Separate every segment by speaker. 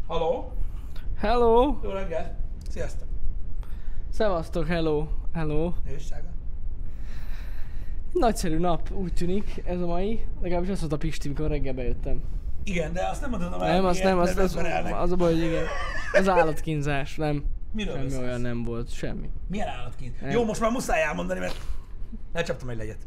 Speaker 1: Haló?
Speaker 2: Hello!
Speaker 1: Jó reggelt! Sziasztok!
Speaker 2: Szevasztok, hello! Hello!
Speaker 1: Nőssága.
Speaker 2: Nagyszerű nap, úgy tűnik, ez a mai. Legalábbis azt mondta Pisti, mikor reggel bejöttem.
Speaker 1: Igen, de azt nem mondod a
Speaker 2: Nem, azt nem, az a baj, hogy igen. Az állatkínzás, nem.
Speaker 1: Miről
Speaker 2: Semmi
Speaker 1: beszélsz?
Speaker 2: olyan nem volt, semmi.
Speaker 1: Milyen állatkint?
Speaker 2: Nem.
Speaker 1: Jó, most már muszáj elmondani, mert lecsaptam egy legyet.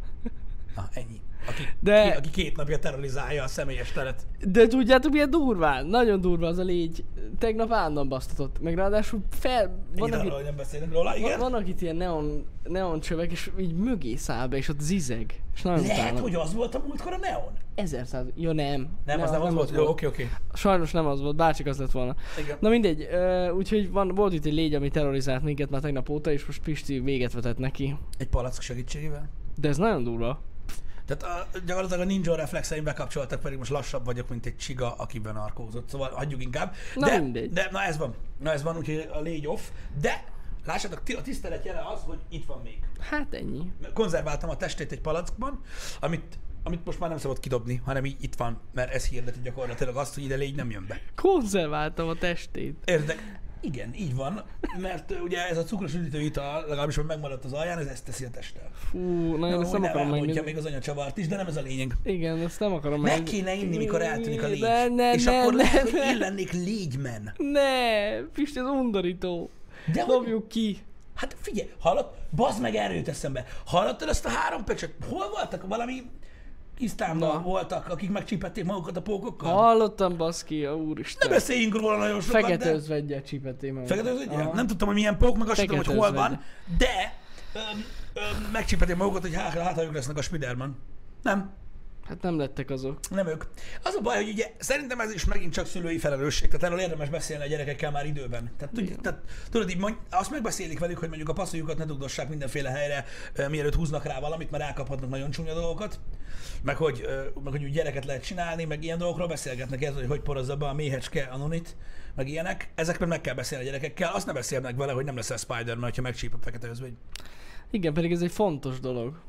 Speaker 1: Na, ennyi. Aki 2 napja terrorizálja a személyes teret.
Speaker 2: De tudjátok milyen durván? Nagyon durva az a légy. Tegnap állandóan basztatott. Meg ráadásul
Speaker 1: Ennyit arról, hogy nem beszélünk róla, igen?
Speaker 2: vannak itt ilyen neon csövek, és így mögé száll be, és ott zizeg. És nagyon
Speaker 1: Lehet,
Speaker 2: utálom.
Speaker 1: hogy az volt a múltkor a neon?
Speaker 2: 1100. Jó, nem.
Speaker 1: Nem, az nem az volt. Jó, oké.
Speaker 2: Sajnos nem az volt, bárcsak az lett volna.
Speaker 1: Igen.
Speaker 2: Na mindegy, úgyhogy volt itt egy légy, ami terrorizált minket már tegnap óta, és most Pisti véget vetett neki.
Speaker 1: Egy palack segítségével.
Speaker 2: De ez nagyon durva.
Speaker 1: Tehát gyakorlatilag a ninja reflexeim bekapcsoltak, pedig most lassabb vagyok, mint egy csiga, akiben narkózott. Szóval hagyjuk inkább.
Speaker 2: Na mindegy.
Speaker 1: De na ez van, úgyhogy a légy off. De lássátok, a tisztelet jele az, hogy itt van még.
Speaker 2: Hát ennyi.
Speaker 1: Konzerváltam a testét egy palackban, amit most már nem szabad kidobni, hanem így itt van, mert ez hirdeti gyakorlatilag azt, hogy ide légy nem jön be.
Speaker 2: Konzerváltam a testét.
Speaker 1: Érdek. Igen, így van, mert ugye ez a cukros üdítő ital, legalábbis hogy megmaradt az alján, ez ezt teszi a testtel.
Speaker 2: Fú, nagyon ezt nem akarom
Speaker 1: megmondja
Speaker 2: megnézni.
Speaker 1: még az anyacsavart is, de nem ez a lényeg.
Speaker 2: Igen, ezt nem akarom
Speaker 1: Meg
Speaker 2: megnézni.
Speaker 1: kéne inni, mikor eltűnik a légy. És
Speaker 2: Ne,
Speaker 1: akkor
Speaker 2: ne,
Speaker 1: lehet, hogy
Speaker 2: ne.
Speaker 1: én lennék légymen.
Speaker 2: Ne, Pisti, ez undorító.
Speaker 1: De hogy-
Speaker 2: Dobjuk ki.
Speaker 1: Hát figyelj, bazd meg, erről jut eszembe. Hallottad azt a 3 pöcsöt? Hol voltak? Valami Isztánban
Speaker 2: Na.
Speaker 1: voltak, akik megcsípették magukat a pókokkal?
Speaker 2: Hallottam, baszki,
Speaker 1: Ne
Speaker 2: úristen.
Speaker 1: beszéljünk róla nagyon sokat,
Speaker 2: Fekete
Speaker 1: de...
Speaker 2: özveggyel csípették meg.
Speaker 1: Fekete özvegye?
Speaker 2: Aha.
Speaker 1: Nem tudtam, hogy milyen pók, meg azt sem tudom, hogy hol
Speaker 2: Fekete
Speaker 1: van, de megcsípették magukat, hogy hát ők lesznek a Spiderman. Nem.
Speaker 2: Hát nem lettek azok.
Speaker 1: Nem ők. Az a baj, hogy ugye szerintem ez is megint csak szülői felelősség, tehát erről érdemes beszélni a gyerekekkel már időben. Tehát tudod, így azt megbeszélik velük, hogy mondjuk a passzoljukat ne dugdossák mindenféle helyre, mielőtt húznak rá valamit, mert elkaphatnak nagyon csúnya dolgokat, meg hogy úgy gyereket lehet csinálni, meg ilyen dolgokról beszélgetnek, ez, hogy porozza be a méhecske anonit, meg ilyenek. Ezekről meg kell beszélni a gyerekekkel, azt ne beszélnek vele, hogy nem leszel Spider-Man, ha megcsíp a fekete özvegy.
Speaker 2: Igen, pedig ez egy fontos dolog.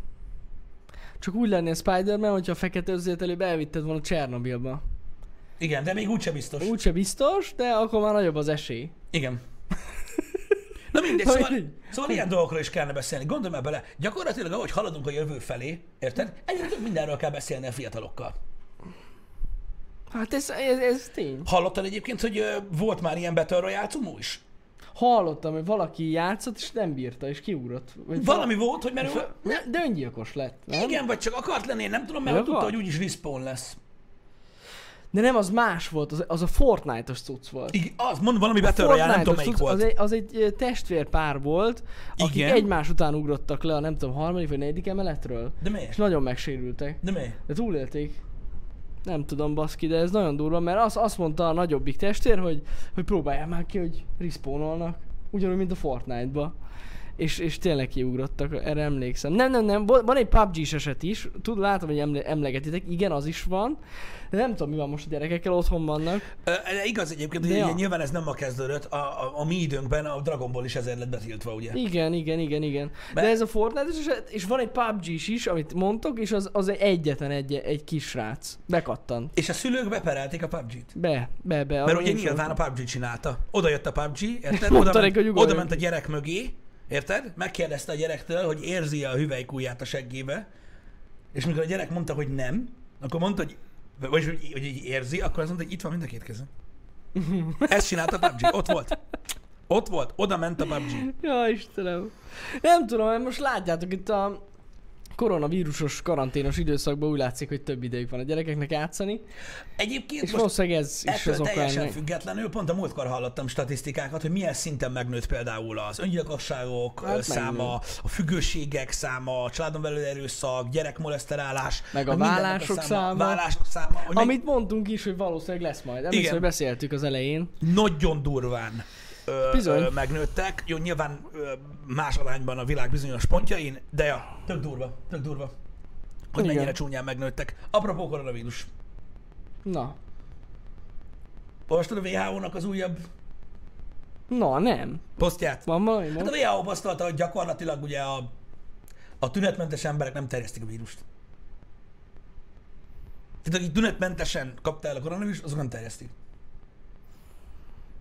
Speaker 2: Csak úgy lennél Spider-Man, hogyha a fekete özvegyet előbb elvitted volna Csernobilba.
Speaker 1: Igen, de még úgyse biztos.
Speaker 2: Úgyse biztos, de akkor már nagyobb az esély.
Speaker 1: Igen. Na mindegy,
Speaker 2: Na
Speaker 1: szóval,
Speaker 2: mindegy.
Speaker 1: szóval ilyen dolgokról is kellene beszélni. Gondolj már bele, gyakorlatilag ahogy haladunk a jövő felé, érted? Egyre több mindenről kell beszélni a fiatalokkal.
Speaker 2: Hát ez tény.
Speaker 1: Hallottad egyébként, hogy volt már ilyen Battle Royale cumó is?
Speaker 2: Hallottam, hogy valaki játszott, és nem bírta, és kiugrott. Vagy
Speaker 1: Valami volt, hogy mert ő...
Speaker 2: De öngyilkos lett, nem?
Speaker 1: Igen, vagy csak akart lenni, én nem tudom, mert
Speaker 2: Ő
Speaker 1: ő tudta,
Speaker 2: akart?
Speaker 1: hogy úgyis respawn lesz.
Speaker 2: De nem, az más volt, az a Fortnite-os cucc volt.
Speaker 1: Igen, mond valami Battle Royale, nem tudom melyik
Speaker 2: cucc,
Speaker 1: volt.
Speaker 2: az egy testvérpár volt, akik
Speaker 1: Igen.
Speaker 2: egymás után ugrottak le a nem tudom, 3. vagy 4. emeletről.
Speaker 1: De
Speaker 2: És
Speaker 1: miért?
Speaker 2: nagyon megsérültek.
Speaker 1: De miért?
Speaker 2: De túlélték. Nem tudom, baszki, de ez nagyon durva, mert azt mondta a nagyobbik testvér, hogy próbálják már ki, hogy respawnolnak. Ugyanúgy, mint a Fortnite-ba. És tényleg kiugrottak, erre emlékszem. Nem, van egy PUBG-s eset is, látom, hogy emlegetitek, igen, az is van, de nem tudom, mi van most a gyerekekkel, otthon vannak.
Speaker 1: De igaz egyébként,
Speaker 2: De
Speaker 1: hogy
Speaker 2: ja.
Speaker 1: nyilván ez nem ma kezdődött, a mi időnkben a Dragon Ball is ezért lett betiltva, ugye?
Speaker 2: Igen. De ez a Fortnite-es eset, és van egy PUBG-s is, amit mondtok, és az egyetlen egy kis srác. Bekattant.
Speaker 1: És a szülők beperelték a PUBG-t.
Speaker 2: Be.
Speaker 1: Mert ugye nyilván a PUBG csinálta. Oda jött a PUBG, érted?
Speaker 2: Mondta neki, hogy
Speaker 1: Oda
Speaker 2: ugorjon.
Speaker 1: ment a gyerek mögé, érted? Megkérdezte a gyerektől, hogy érzi a hüvelykújját a seggébe, és mikor a gyerek mondta, hogy nem, akkor mondta, hogy így érzi, akkor azt mondta, hogy itt van mind a 2 keze. Ezt csinálta a PUBG, ott volt, oda ment a PUBG.
Speaker 2: Ja, Istenem. Nem tudom, mert most látjátok itt a koronavírusos, karanténos időszakban úgy látszik, hogy több idejük van a gyerekeknek játszani.
Speaker 1: Egyébként
Speaker 2: És
Speaker 1: most
Speaker 2: valószínűleg ez is
Speaker 1: ettől
Speaker 2: az oka
Speaker 1: teljesen
Speaker 2: ennek.
Speaker 1: függetlenül, pont a múltkor hallottam statisztikákat, hogy milyen szinten megnőtt például az öngyilkosságok
Speaker 2: Hát
Speaker 1: száma, a függőségek száma, a családon belül erőszak, gyerekmoleszterálás,
Speaker 2: Meg a
Speaker 1: mindennek
Speaker 2: vállások száma.
Speaker 1: Vállások száma, hogy
Speaker 2: Amit mondtunk is, hogy valószínűleg lesz majd. Emlékszem,
Speaker 1: Igen.
Speaker 2: hogy beszéltük az elején.
Speaker 1: nagyon durván
Speaker 2: Bizony.
Speaker 1: megnőttek. Jó, nyilván más arányban a világ bizonyos pontjain, de ja, tök durva, hogy
Speaker 2: Igen.
Speaker 1: mennyire csúnyán megnőttek. Apropó koronavírus.
Speaker 2: Na.
Speaker 1: Olvastad a WHO-nak az újabb
Speaker 2: Na, nem.
Speaker 1: posztját?
Speaker 2: Van valami?
Speaker 1: Hát a WHO posztolta, hogy gyakorlatilag ugye a tünetmentes emberek nem terjesztik a vírust. Tehát akik tünetmentesen kapta el a koronavírus, azok nem terjesztik.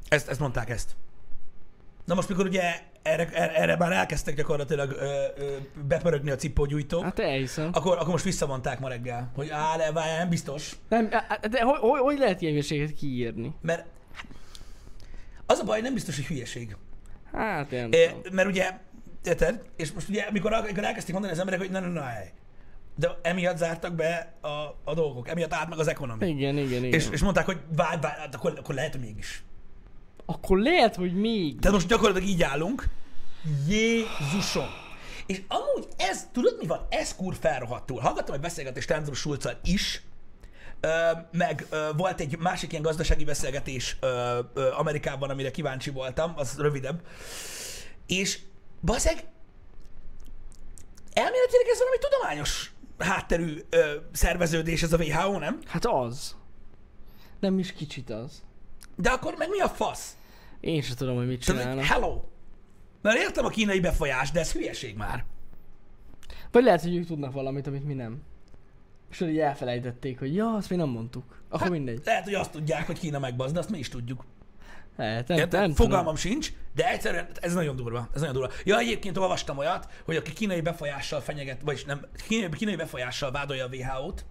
Speaker 1: Ezt mondták ezt. Na most, mikor ugye erre már elkezdtek gyakorlatilag bepörögni a cipógyújtók,
Speaker 2: Hát elhiszem.
Speaker 1: akkor most visszavonták ma reggel, hogy de várjál, nem biztos.
Speaker 2: Nem, de hogy lehet ilyen hülyeséget kiírni?
Speaker 1: Mert az a baj, nem biztos, hogy hülyeség.
Speaker 2: Hát én nem tudom.
Speaker 1: Mert ugye, érted? És most ugye, amikor elkezdték mondani az emberek, hogy na, de emiatt zártak be a dolgok, emiatt állt meg az ekonomi.
Speaker 2: Igen.
Speaker 1: És mondták, hogy várj, akkor lehet, hogy mégis.
Speaker 2: Akkor lehet, hogy még.
Speaker 1: Tehát most gyakorlatilag így állunk. Jézusom! És amúgy ez, tudod mi van? Ez felrohadtul. Hallgattam egy beszélgetést Andrew Schulz-al is, meg volt egy másik ilyen gazdasági beszélgetés Amerikában, amire kíváncsi voltam, az rövidebb. És bazeg, elméletileg ez valami tudományos hátterű szerveződés ez a WHO, nem?
Speaker 2: Hát az. Nem is kicsit az.
Speaker 1: De akkor meg mi a fasz?
Speaker 2: Én sem tudom, hogy mit
Speaker 1: Tehát,
Speaker 2: csinálnak.
Speaker 1: hello! Mert értem a kínai befolyás, de ez hülyeség már.
Speaker 2: Vagy lehet, hogy ők tudnak valamit, amit mi nem. És így elfelejtették, hogy ja, azt mi nem mondtuk. Akkor mindegy.
Speaker 1: Lehet, hogy azt tudják, hogy Kína megbazd, de azt mi is tudjuk.
Speaker 2: Nem
Speaker 1: Fogalmam
Speaker 2: tudom.
Speaker 1: sincs, de egyszerűen ez nagyon durva. Ez nagyon durva. Ja, egyébként olvastam olyat, hogy aki kínai befolyással fenyeget, vagyis nem, kínai befolyással vádolja a WHO-t,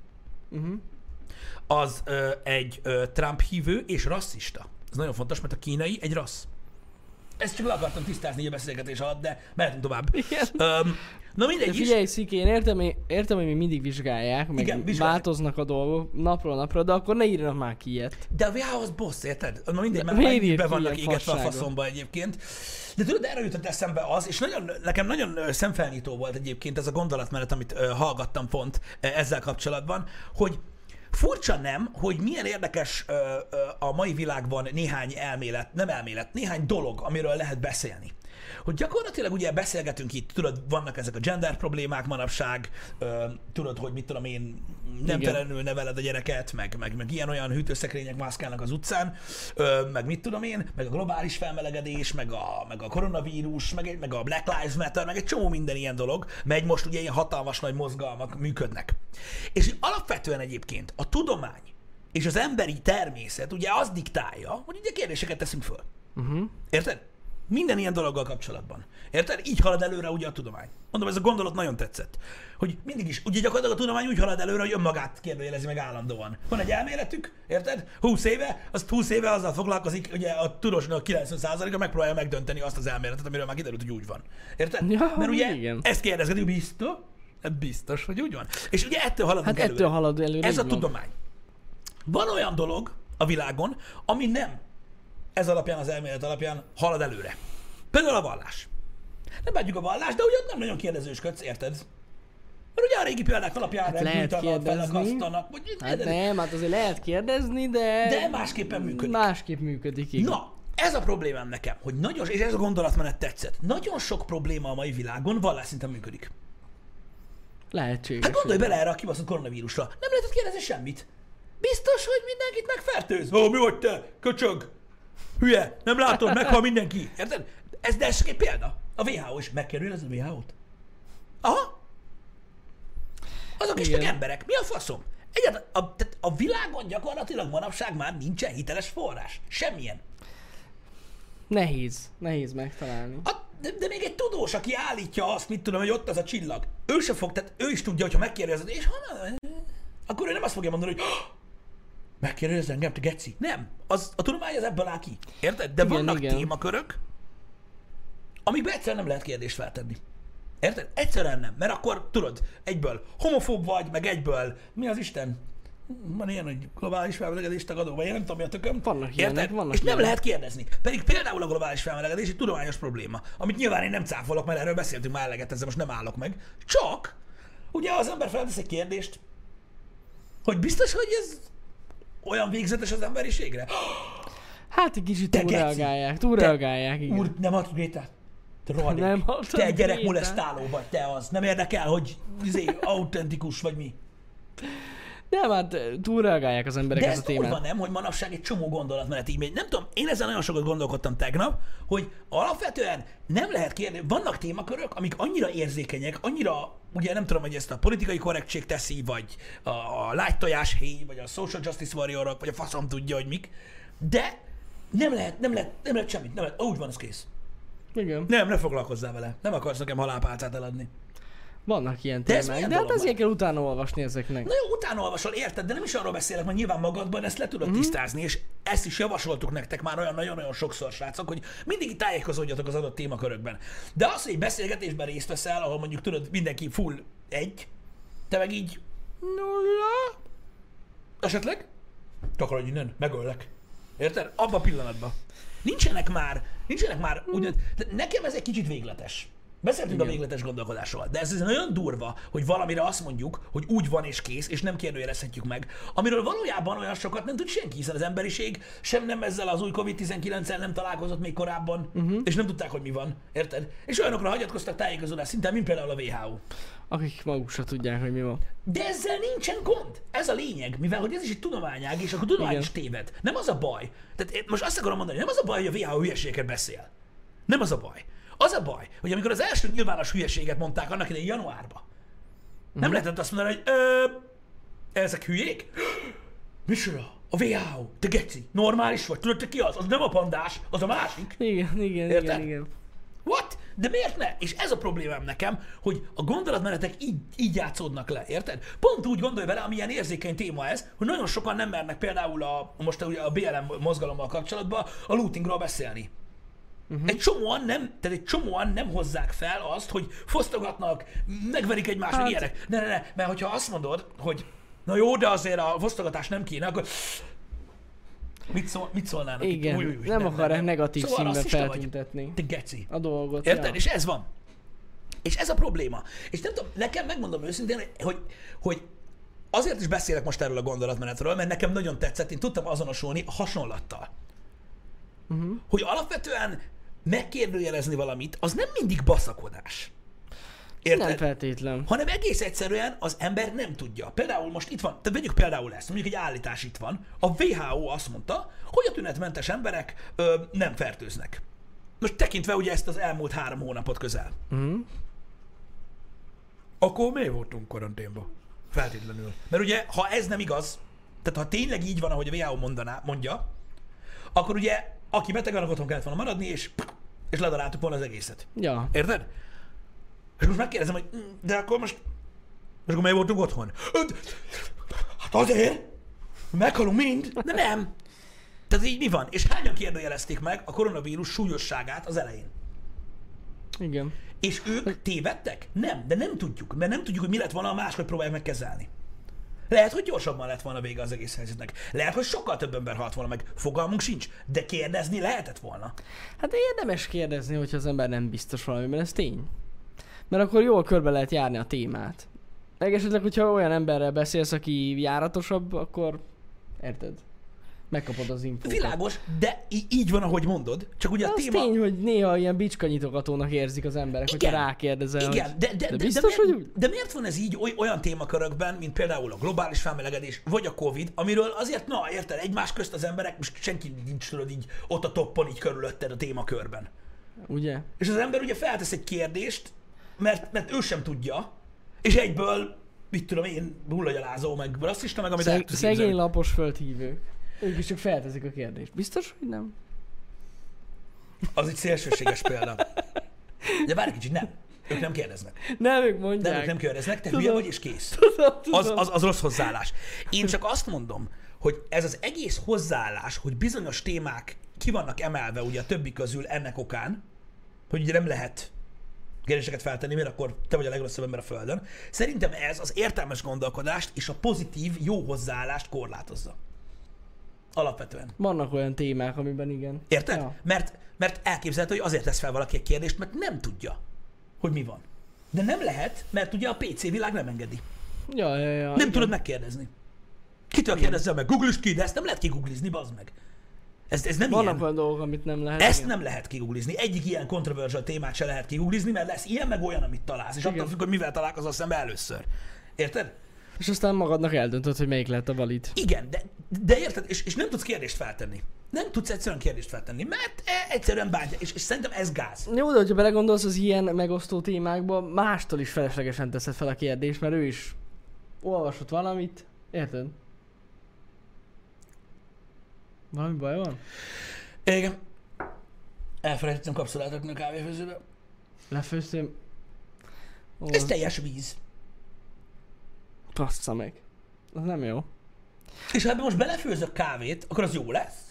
Speaker 1: az egy Trump hívő és rasszista. Ez nagyon fontos, mert a kínai egy rassz. Ezt csak le akartam tisztázni a beszélgetés alatt, de mehetünk tovább.
Speaker 2: Igen.
Speaker 1: Na
Speaker 2: De
Speaker 1: mindegy is.
Speaker 2: figyelj, Sziki, én értem, hogy még mindig vizsgálják, meg
Speaker 1: Igen, vizsgálják.
Speaker 2: változnak a dolgok napról napra, de akkor ne írjanak már ki ilyet.
Speaker 1: De a WHO az boss, érted? Na mindegy,
Speaker 2: De
Speaker 1: mert
Speaker 2: miért
Speaker 1: már
Speaker 2: ír
Speaker 1: be
Speaker 2: ki
Speaker 1: vannak
Speaker 2: ilyen
Speaker 1: égetve a
Speaker 2: fasságot?
Speaker 1: faszomba egyébként. De tudod, erre jutott eszembe az, és nekem nagyon szemfelnyitó volt egyébként ez a gondolatmenet, amit hallgattam pont ezzel kapcsolatban, hogy furcsa nem, hogy milyen érdekes a mai világban néhány néhány dolog, amiről lehet beszélni. Hogy gyakorlatilag ugye beszélgetünk itt, tudod, vannak ezek a gender problémák manapság, tudod, hogy mit tudom én, nemtelenül neveled a gyereket, meg ilyen-olyan hűtőszekrények mászkálnak az utcán, meg mit tudom én, meg a globális felmelegedés, meg a koronavírus, meg a Black Lives Matter, meg egy csomó minden ilyen dolog, megy most ugye ilyen hatalmas nagy mozgalmak működnek. És alapvetően egyébként a tudomány és az emberi természet ugye az diktálja, hogy ugye kérdéseket teszünk föl. Érted? Minden ilyen dologgal kapcsolatban. Érted? Így halad előre ugye a tudomány. Mondom, ez a gondolat nagyon tetszett. Hogy mindig is, ugye gyakorlatilag a tudomány úgy halad előre, hogy önmagát kérdőjelezi meg állandóan. Van egy elméletük, érted? 20 éve azzal foglalkozik, ugye a tudósnak 90%-a megpróbálja megdönteni azt az elméletet, amiről már kiderült, hogy úgy van. Érted?
Speaker 2: Ja,
Speaker 1: Mert ugye
Speaker 2: igen.
Speaker 1: ezt kérdezgetik, biztos? Biztos, hogy úgy van. És ugye ettől haladunk
Speaker 2: Hát
Speaker 1: előre.
Speaker 2: ettől halad előre.
Speaker 1: Ez
Speaker 2: így
Speaker 1: a
Speaker 2: van.
Speaker 1: tudomány. Van olyan dolog a világon, ami nem ez alapján, az elmélet alapján halad előre. Például a vallás. Nem bánjuk a vallást, de ugye ott nem nagyon kérdezősködsz, érted? Mert ugye a régi példák alapján
Speaker 2: Hát lehet kérdezni.
Speaker 1: felakasztanak. Vagy
Speaker 2: Hát nem, hát azért lehet kérdezni,
Speaker 1: de másképpen működik.
Speaker 2: Másképp működik, igen.
Speaker 1: Na, ez a problémám nekem, hogy nagyon, és ez a gondolatmenet tetszett, nagyon sok probléma a mai világon vallásszinten működik.
Speaker 2: Lehetséges.
Speaker 1: Hát gondolj bele erre a kibaszott koronavírusra. Nem lehetett kérdezni semmit. Biztos, hogy mindenkit megfertőz. Ó, mi vagy te? Köcsög! Hülye! Nem látod, meghal mindenki. Érted? De ez csak egy példa. A WHO is megkerül, a WHO-t. Aha. Azok is csak emberek. Mi a faszom? Egyáltalán a világon gyakorlatilag manapság már nincsen hiteles forrás. Semmilyen.
Speaker 2: Nehéz megtalálni.
Speaker 1: De még egy tudós, aki állítja azt, mit tudom, hogy ott az a csillag, ő se fog, tehát ő is tudja, hogyha megkérdezed, és akkor ő nem azt fogja mondani, hogy megkérdezed engem, te geci. Nem. A tudomány az ebből áll ki. Érted? De vannak témakörök, amikben egyszerűen nem lehet kérdést feltenni. Érted? Egyszerűen nem. Mert akkor tudod, egyből homofób vagy, meg egyből, mi az Isten? Van ilyen, hogy globális felmelegedés tagadó, vagy én nem tudom, mi a tököm.
Speaker 2: Vannak ilyenek, vannak
Speaker 1: És nem
Speaker 2: ilyenek.
Speaker 1: lehet kérdezni. Pedig például a globális felmelegedés egy tudományos probléma, amit nyilván én nem cáfolok, mert erről beszéltünk már eleget, ezzel most nem állok meg. Csak, ugye az ember feltesz egy kérdést, hogy biztos, hogy ez olyan végzetes az emberiségre?
Speaker 2: Hát egy kicsit
Speaker 1: Te
Speaker 2: túlreagálják, igen.
Speaker 1: Úr, nem hallod Grétát? Te rohadék.
Speaker 2: Nem hallottam
Speaker 1: Te gyerek
Speaker 2: Grétát.
Speaker 1: molesztáló vagy, te az. Nem érdekel, hogy autentikus vagy mi.
Speaker 2: Nem, hát túlreagálják az emberek
Speaker 1: De
Speaker 2: ezt a
Speaker 1: ez
Speaker 2: témát.
Speaker 1: durva nem, hogy manapság egy csomó gondolatmenet így megy. Nem tudom, én ezzel nagyon sokat gondolkodtam tegnap, hogy alapvetően nem lehet kérni, vannak témakörök, amik annyira érzékenyek, annyira, ugye nem tudom, hogy ezt a politikai korrektség teszi, vagy a lágytojás héj, vagy a social justice warriorok, vagy a faszom tudja, hogy mik, de Nem lehet semmit, nem lehet. Úgy van, az kész.
Speaker 2: Igen.
Speaker 1: Nem, ne foglalkozzál vele. Nem akarsz nekem halálpálcát eladni.
Speaker 2: Vannak ilyen
Speaker 1: De ez
Speaker 2: témák,
Speaker 1: milyen
Speaker 2: de hát
Speaker 1: dolog
Speaker 2: ezért kell utána olvasni ezeknek.
Speaker 1: Na jó, utána olvasol, érted, de nem is arról beszélek, mert nyilván magadban ezt le tudod tisztázni, és ezt is javasoltuk nektek már olyan nagyon-nagyon sokszor, srácok, hogy mindig tájékozódjatok az adott témakörökben. De az, hogy egy beszélgetésben részt veszel, ahol mondjuk tudod, mindenki full egy, te meg így nulla, esetleg, takarodj innen, megöllek. Érted? Abban a pillanatban. Nincsenek már, ugyan, de nekem ez egy kicsit végletes. Beszéltünk a végletes gondolkodásról, de ez nagyon durva, hogy valamire azt mondjuk, hogy úgy van és kész, és nem kérdőjelezhetjük meg, amiről valójában olyan sokat nem tud senki, hiszen az emberiség sem nem ezzel az új Covid-19-el nem találkozott még korábban, és nem tudták, hogy mi van, érted? És olyanokra hagyatkoztak tájékozódás szinten, mint például a WHO.
Speaker 2: Akik maguk se tudják, hogy mi van.
Speaker 1: De ezzel nincsen gond. Ez a lényeg, mivel hogy ez is egy tudományág, és akkor tudomány is téved. Nem az a baj. Tehát én most azt akarom mondani, nem az a baj, hogy a WHO hülyeséget beszél. Nem az a baj. Az a baj, hogy amikor az első nyilvános hülyeséget mondták annak idején januárban, nem lehetett azt mondani, hogy ezek hülyék? Micsoda? A WHO, te geci, normális vagy? Tudod, te ki az? Az nem a pandás, az a másik.
Speaker 2: Igen.
Speaker 1: What? De miért ne? És ez a problémám nekem, hogy a gondolatmenetek így játszódnak le, érted? Pont úgy gondolj vele, amilyen érzékeny téma ez, hogy nagyon sokan nem mernek például most a BLM mozgalommal kapcsolatban a lootingról beszélni. Egy csomóan nem hozzák fel azt, hogy fosztogatnak, megverik egymást, hát... ilyenek. Ne, mert hogyha azt mondod, hogy na jó, de azért a fosztogatás nem kéne, akkor mit szólnának?
Speaker 2: Igen,
Speaker 1: itt?
Speaker 2: nem akarják negatív
Speaker 1: szóval
Speaker 2: színben feltüntetni
Speaker 1: te geci.
Speaker 2: a dolgot.
Speaker 1: Érted?
Speaker 2: Ja.
Speaker 1: És ez van. És ez a probléma. És nem tudom, nekem megmondom őszintén, hogy azért is beszélek most erről a gondolatmenetről, mert nekem nagyon tetszett, én tudtam azonosulni a hasonlattal. Hogy alapvetően megkérdőjelezni valamit, az nem mindig baszakodás. Érted?
Speaker 2: Nem feltétlen.
Speaker 1: Hanem egész egyszerűen az ember nem tudja. Például most itt van, tehát vegyük például ezt, mondjuk egy állítás itt van. A WHO azt mondta, hogy a tünetmentes emberek nem fertőznek. Most tekintve ugye ezt az elmúlt 3 hónapot közel. Akkor miért voltunk karanténban? Feltétlenül. Mert ugye, ha ez nem igaz, tehát ha tényleg így van, ahogy a WHO mondja, akkor ugye, aki beteg, annak otthon kellett volna maradni, és ledaráltuk volna az egészet.
Speaker 2: Ja.
Speaker 1: Érted? És most megkérdezem, hogy de akkor most akkor miért voltunk otthon? Hát azért, meghalunk mind, de nem. Tehát így mi van? És hányan kérdőjelezték meg a koronavírus súlyosságát az elején?
Speaker 2: Igen.
Speaker 1: És ők tévedtek? Nem, de nem tudjuk, mert nem tudjuk, hogy mi lett volna, ha máshogy próbálják megkezelni. Lehet, hogy gyorsabban lett volna vége az egész helyzetnek. Lehet, hogy sokkal több ember halt volna meg. Fogalmunk sincs, de kérdezni lehetett volna.
Speaker 2: Hát érdemes kérdezni, hogyha az ember nem biztos valamiben, ez tény. Mert akkor jól körbe lehet járni a témát. Meg esetleg, hogyha olyan emberrel beszélsz, aki járatosabb, akkor érted? Megkapod az infókat.
Speaker 1: Világos, de így van, ahogy mondod. Csak ugye a
Speaker 2: az
Speaker 1: téma...
Speaker 2: tény, hogy néha ilyen bicskanyitogatónak érzik az emberek, hogyha rákérdezel.
Speaker 1: Igen,
Speaker 2: hogy...
Speaker 1: de
Speaker 2: biztos, hogy úgy?
Speaker 1: De miért van ez így olyan témakörökben, mint például a globális felmelegedés, vagy a Covid, amiről azért, na érted, egymás közt az emberek, most senki nincs tudod így ott a toppon, így körülötted a témakörben.
Speaker 2: Ugye?
Speaker 1: És az ember ugye feltesz egy kérdést, mert ő sem tudja, és egyből, mit tudom én, hullagyalázó, meg rasszista, meg amit el tudsz
Speaker 2: szegény
Speaker 1: képzelni.
Speaker 2: lapos földhívők. Ők is csak felteszik a kérdést. Biztos, hogy nem?
Speaker 1: Az egy szélsőséges példa. De várj kicsit, nem. Ők nem kérdeznek.
Speaker 2: Nem, ők mondják.
Speaker 1: Nem, ők nem kérdeznek, te
Speaker 2: Tudom.
Speaker 1: hülye vagy és kész.
Speaker 2: Tudom.
Speaker 1: Az rossz hozzáállás. Én csak azt mondom, hogy ez az egész hozzáállás, hogy bizonyos témák ki vannak emelve ugye a többi közül ennek okán, hogy ugye nem lehet kérdéseket feltenni, mert akkor te vagy a legrosszabb ember a Földön. Szerintem ez az értelmes gondolkodást és a pozitív, jó hozzáállást korlátozza. Alapvetően.
Speaker 2: Vannak olyan témák, amiben igen.
Speaker 1: Érted?
Speaker 2: Ja.
Speaker 1: Mert elképzelhető, hogy azért tesz fel valaki egy kérdést, mert nem tudja, hogy mi van. De nem lehet, mert ugye a PC világ nem engedi.
Speaker 2: Ja,
Speaker 1: Nem
Speaker 2: igen.
Speaker 1: tudod megkérdezni. Kitől kérdezzel meg? Google-ist ki, de ezt nem lehet kigooglizni, bazd meg. Ez nem
Speaker 2: Vannak
Speaker 1: ilyen.
Speaker 2: olyan dolgok, amit nem lehet.
Speaker 1: Ezt
Speaker 2: igen.
Speaker 1: nem lehet kigooglizni. Egyik ilyen controversial témát se lehet kigooglizni, mert lesz ilyen meg olyan, amit találsz. És attól függ, hogy mivel találkozol szembe először. Érted?
Speaker 2: És aztán magadnak eldöntöd, hogy melyik lehet a valid.
Speaker 1: Igen, de érted? És nem tudsz kérdést feltenni. Nem tudsz egyszerűen kérdést feltenni, mert egyszerűen bántja. És szerintem ez gáz.
Speaker 2: Jó, de hogyha belegondolsz az ilyen megosztó témákba, mástól is feleslegesen teszed fel a kérdést, mert ő is olvasott valamit. Érted? Valami baj van?
Speaker 1: Igen. Elfelejtettem kapszulát rakni a kávéfőzőbe.
Speaker 2: Lefőztem. Ó,
Speaker 1: Ez teljes víz.
Speaker 2: Bassza meg. Az nem jó.
Speaker 1: És ha ebben most belefőzök kávét, akkor az jó lesz?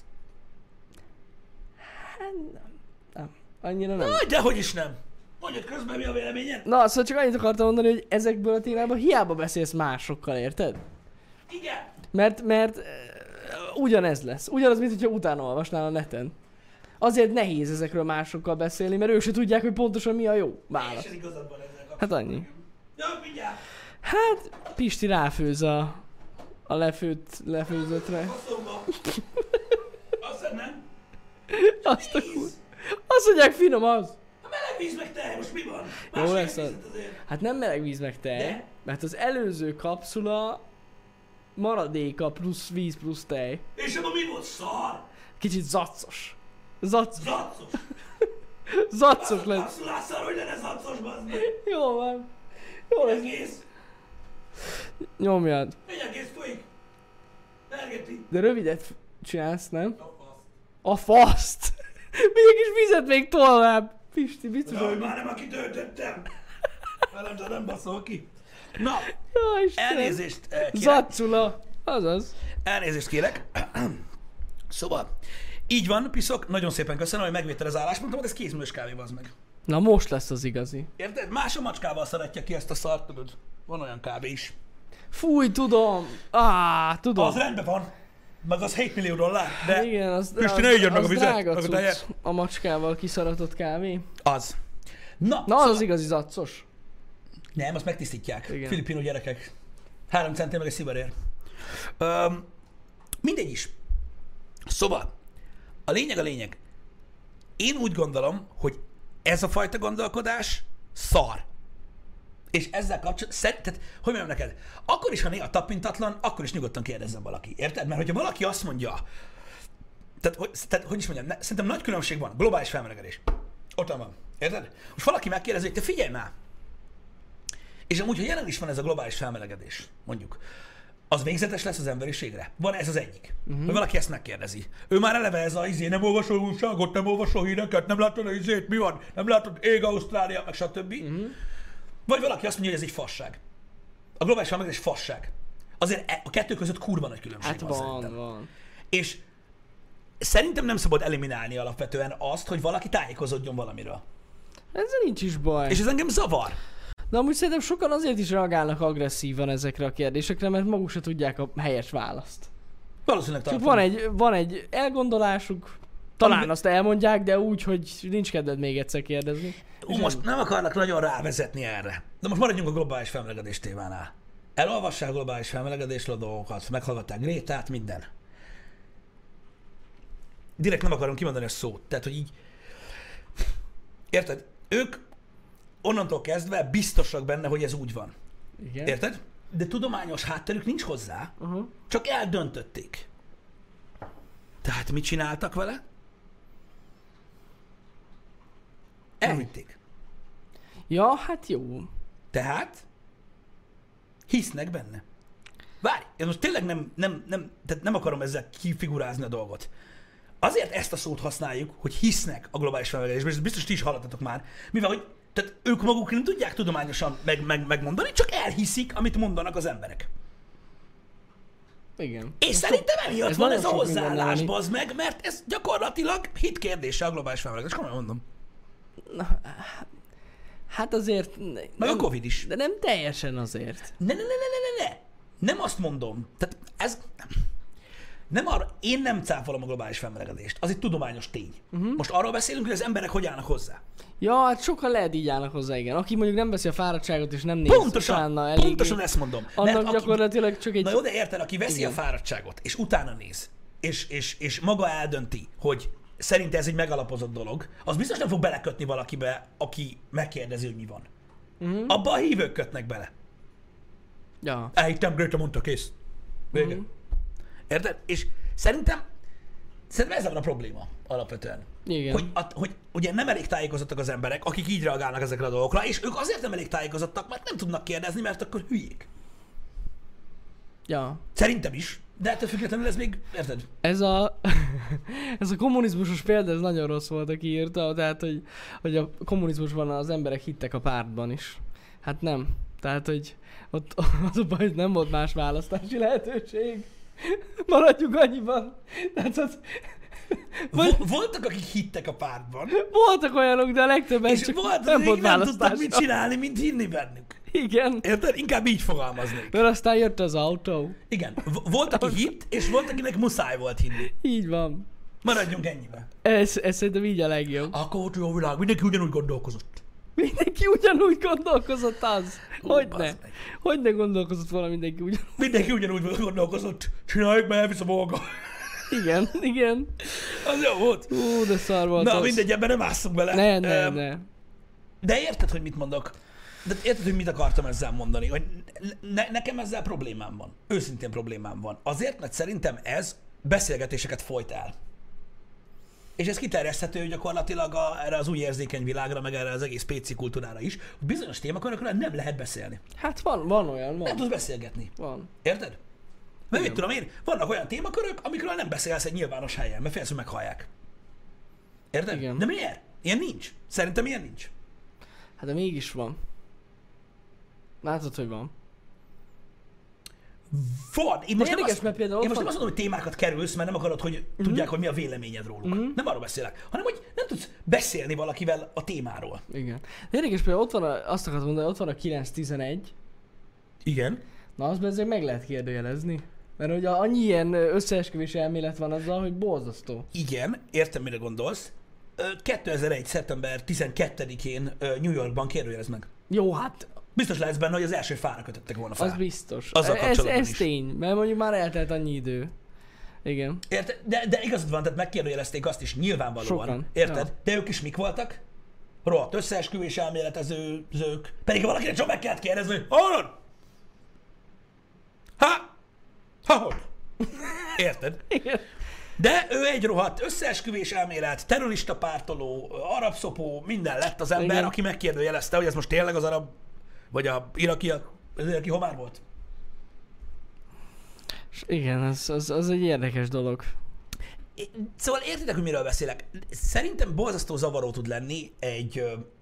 Speaker 2: Nem. Annyira nem.
Speaker 1: Dehogy is nem. Mondjad közben, mi a véleményed?
Speaker 2: Na, szóval csak annyit akartam mondani, hogy ezekből a témából hiába beszélsz másokkal, érted?
Speaker 1: Igen.
Speaker 2: Mert ugyanez lesz. Ugyanaz, mint hogyha utána olvasnál a neten. Azért nehéz ezekről másokkal beszélni, mert ők se tudják, hogy pontosan mi a jó válasz.
Speaker 1: Teljesen igazad van ezzel kapcsolatban.
Speaker 2: Hát annyi.
Speaker 1: Jó, mindjárt.
Speaker 2: Hát, Pisti ráfőz a lefőzöttre.
Speaker 1: Faszomba. Azt nem?
Speaker 2: Azt a kur... Azt mondják, finom az.
Speaker 1: A meleg víz meg te, most mi van?
Speaker 2: Jó lesz az.
Speaker 1: vizet azért.
Speaker 2: Hát nem meleg víz meg tej,
Speaker 1: De?
Speaker 2: mert az előző kapszula maradéka plusz víz plusz tej.
Speaker 1: És abban mi volt? Szar?
Speaker 2: Kicsit zaccos.
Speaker 1: Zacos.
Speaker 2: Zaccos lesz.
Speaker 1: Kapszulásszal, hogy lenne zacos, bazd meg.
Speaker 2: Jó van. Jó lesz.
Speaker 1: Egész.
Speaker 2: Nyomjad.
Speaker 1: Egy egész folyik. Ergeti.
Speaker 2: De rövidet csinálsz, nem?
Speaker 1: A fasz.
Speaker 2: A faszt! Mégis vizet még tovább. Pisti, biztos,
Speaker 1: Jaj,
Speaker 2: hogy...
Speaker 1: már nem aki töltöttem. Velem, de nem baszol ki. Na,
Speaker 2: Ja, Istenem.
Speaker 1: elnézést kérek.
Speaker 2: Zaccula. Azaz.
Speaker 1: Elnézést kérek. Szóval, így van, piszok, nagyon szépen köszönöm, hogy megvédted az álláspontomat, ez kézműves kávé, bazd meg.
Speaker 2: Na most lesz az igazi.
Speaker 1: Érted? Más a macskával szeretja ki ezt a szart, tudod. Van olyan kávé is.
Speaker 2: Fúj, tudom. Tudom.
Speaker 1: Az rendben van. Meg az 7 millió dollár, de
Speaker 2: Igen, az,
Speaker 1: Pisti, ne igyon meg a
Speaker 2: az
Speaker 1: vizet,
Speaker 2: drága
Speaker 1: meg a
Speaker 2: cucc,
Speaker 1: tejet.
Speaker 2: a macskával kiszaratott kávé.
Speaker 1: az. Na,
Speaker 2: Na, az az igazi zaccos.
Speaker 1: Nem, azt megtisztítják.
Speaker 2: Igen.
Speaker 1: Filipino gyerekek. 3 centén meg egy szivarér. Mindegy is. Szóval, a lényeg. Én úgy gondolom, hogy ez a fajta gondolkodás szar. És ezzel kapcsolatban, tehát, hogy mondjam neked, akkor is, ha néha tapintatlan, akkor is nyugodtan kérdezzen valaki. Érted? Mert hogyha valaki azt mondja, tehát hogy is mondjam, szerintem nagy különbség van, globális felmelegedés. Ott van. Érted? Most valaki megkérdezi, hogy te figyelj már! És amúgy, ha jelen is van ez a globális felmelegedés, mondjuk, az végzetes lesz az emberiségre? Van ez az egyik. Hogy valaki ezt megkérdezi. Ő már eleve ez a nem olvasol újságot, nem olvasol híreket, nem látod a izét, mi van, nem látod, ég Ausztrália, meg stb. Vagy valaki azt mondja, hogy ez egy fasság. A globális felmelegedés fasság. Azért a kettő között kurva nagy különbség
Speaker 2: Hát
Speaker 1: van szerintem.
Speaker 2: van.
Speaker 1: És szerintem nem szabad eliminálni alapvetően azt, hogy valaki tájékozódjon valamiről.
Speaker 2: Ezzel nincs is baj.
Speaker 1: És ez engem zavar.
Speaker 2: De amúgy szerintem sokan azért is reagálnak agresszívan ezekre a kérdésekre, mert maguk se tudják a helyes választ.
Speaker 1: Valószínűleg
Speaker 2: Csak
Speaker 1: tartom.
Speaker 2: van egy elgondolásuk, talán
Speaker 1: Ami-
Speaker 2: azt elmondják, de úgy, hogy nincs kedved még egyszer kérdezni.
Speaker 1: Most nem akarnak nagyon rávezetni erre. De most maradjunk a globális felmelegedés témánál. Elolvassák a globális felmelegedésről a dolgokat, meghallgatták Grétát, minden. Direkt nem akarom kimondani a szót. Tehát, hogy így... Érted? Ők onnantól kezdve biztosak benne, hogy ez úgy van.
Speaker 2: Igen.
Speaker 1: Érted? De tudományos hátterük nincs hozzá, csak eldöntötték. Tehát mit csináltak vele? Elhitték.
Speaker 2: Ja, hát jó.
Speaker 1: Tehát hisznek benne. Várj, én most tényleg tehát nem akarom ezzel kifigurázni a dolgot. Azért ezt a szót használjuk, hogy hisznek a globális felmelegedésben, és ezt biztos ti is hallottatok már, mivel hogy tehát ők maguk nem tudják tudományosan megmondani, csak elhiszik, amit mondanak az emberek.
Speaker 2: Igen.
Speaker 1: És szerintem emiatt
Speaker 2: ez
Speaker 1: van
Speaker 2: nagyon
Speaker 1: ez a
Speaker 2: sok minden
Speaker 1: hozzáállás,
Speaker 2: lenni.
Speaker 1: bazd meg, mert ez gyakorlatilag hit kérdése a globális felmelegedés. Komolyan mondom.
Speaker 2: Hát azért...
Speaker 1: Meg a Covid is.
Speaker 2: De nem teljesen azért.
Speaker 1: Ne. Nem azt mondom. Tehát ez... Nem arra, én nem cáfolom a globális felmelegedést. Az egy tudományos tény. Most arról beszélünk, hogy az emberek hogy állnak hozzá.
Speaker 2: Ja, hát sokan lehet így állnak hozzá, igen. Aki mondjuk nem veszi a fáradtságot és nem néz utána elég.
Speaker 1: Pontosan ezt mondom.
Speaker 2: Annak gyakorlatilag csak egy...
Speaker 1: Na jó, de érted, aki veszi
Speaker 2: Igen.
Speaker 1: a fáradtságot, és utána néz, és maga eldönti, hogy szerint ez egy megalapozott dolog, az biztos nem fog belekötni valakibe, aki megkérdezi, hogy mi van. Abba a hívők kötnek bele.
Speaker 2: Ja.
Speaker 1: Elhittem, Greta mondta, kész. Vége. Érted? És szerintem ez a probléma alapvetően.
Speaker 2: Igen.
Speaker 1: Hogy ugye nem elég tájékozottak az emberek, akik így reagálnak ezekre a dolgokra, és ők azért nem elég tájékozottak, mert nem tudnak kérdezni, mert akkor hülyék.
Speaker 2: Ja.
Speaker 1: Szerintem is. De ettől függetlenül ez még, érted?
Speaker 2: Ez a, ez a kommunizmusos példa, ez nagyon rossz volt, aki írta, tehát, hogy a kommunizmusban az emberek hittek a pártban is. Hát nem. Tehát, hogy ott az a baj, hogy nem volt más választási lehetőség. Maradjunk annyiban. Tehát az,
Speaker 1: Voltak, akik hittek a pártban.
Speaker 2: voltak olyanok, de a legtöbben
Speaker 1: És
Speaker 2: csak
Speaker 1: voltak,
Speaker 2: nem volt
Speaker 1: akik nem tudtak
Speaker 2: választás.
Speaker 1: mit csinálni, mint hinni bennük.
Speaker 2: Igen.
Speaker 1: Érted? Inkább így fogalmaznék.
Speaker 2: Mert aztán jött az autó.
Speaker 1: Igen. Volt, aki hitt, és volt, akinek muszáj volt hinni.
Speaker 2: Így van.
Speaker 1: Maradjunk ennyibe.
Speaker 2: Ez szerintem így a legjobb.
Speaker 1: Akkor volt jó világ. Mindenki ugyanúgy gondolkozott.
Speaker 2: Mindenki ugyanúgy gondolkozott az. Hogyne.
Speaker 1: bazd meg.
Speaker 2: Hogyne gondolkozott volna mindenki ugyanúgy.
Speaker 1: Mindenki ugyanúgy gondolkozott. Csináljuk, mert elvisz a maga.
Speaker 2: Igen, igen.
Speaker 1: Az jó volt.
Speaker 2: De szar volt
Speaker 1: Na,
Speaker 2: az.
Speaker 1: mindegy, ebben nem ásszunk bele.
Speaker 2: Ne.
Speaker 1: De érted, hogy mit mondok? De érted, hogy mit akartam ezzel mondani? Hogy nekem ezzel problémám van. Őszintén problémám van. Azért, mert szerintem ez beszélgetéseket folyt el. És ez kiterjeszthető gyakorlatilag erre az új érzékeny világra, meg erre az egész PC kultúrára is, hogy bizonyos témakörökről nem lehet beszélni.
Speaker 2: Hát van olyan,
Speaker 1: Nem
Speaker 2: van.
Speaker 1: tudsz beszélgetni.
Speaker 2: Van.
Speaker 1: Érted? Mert mit
Speaker 2: Igen.
Speaker 1: tudom én, vannak olyan témakörök, amikről nem beszélsz egy nyilvános helyen, mert félsz, hogy meghallják. Érted?
Speaker 2: Igen.
Speaker 1: De miért? Ilyen nincs. Szerintem ilyen nincs.
Speaker 2: Hát de mégis van. Látod, hogy van.
Speaker 1: Van. Én most, nem
Speaker 2: érdekes,
Speaker 1: azt,
Speaker 2: mert például
Speaker 1: én
Speaker 2: ott
Speaker 1: most nem
Speaker 2: van-
Speaker 1: azt mondom, hogy témákat kerülsz, mert nem akarod, hogy tudják, hogy mi a véleményed róluk. Nem arról beszélek, hanem hogy nem tudsz beszélni valakivel a témáról.
Speaker 2: Igen. De érdekes, például ott van azt akartam mondani, ott van a 9-11.
Speaker 1: Igen.
Speaker 2: Na, azt azért meg lehet kérdőjelezni. Mert ugye annyi ilyen összeesküvés elmélet van azzal, hogy borzasztó.
Speaker 1: Igen, értem, mire gondolsz. 2001. szeptember 12-én New Yorkban kérdőjelez meg.
Speaker 2: Jó, hát
Speaker 1: Biztos lesz benne, hogy az első fára kötöttek volna fel.
Speaker 2: az biztos.
Speaker 1: Azzal kapcsolatban
Speaker 2: ez
Speaker 1: is.
Speaker 2: tény, mert mondjuk már eltelt annyi idő. Igen.
Speaker 1: Érted? De igazad van, tehát megkérdőjelezték azt is nyilvánvalóan.
Speaker 2: Sokan.
Speaker 1: Érted?
Speaker 2: Ja.
Speaker 1: De ők is mik voltak? Rohadt összeesküvés elméletezők. Pedig valakinek csak meg kellett kérdezni, hogy hallod? Hogy? Érted?
Speaker 2: Igen.
Speaker 1: De ő egy rohadt összeesküvés elmélet, terrorista pártoló, arab szopó, minden lett az ember,
Speaker 2: Igen.
Speaker 1: aki megkérdőjelezte, hogy ez most tényleg az arab, vagy a irakiak, az iraki homár volt.
Speaker 2: És igen, az egy érdekes dolog.
Speaker 1: Szóval értitek, hogy miről beszélek? Szerintem borzasztó zavaró tud lenni egy...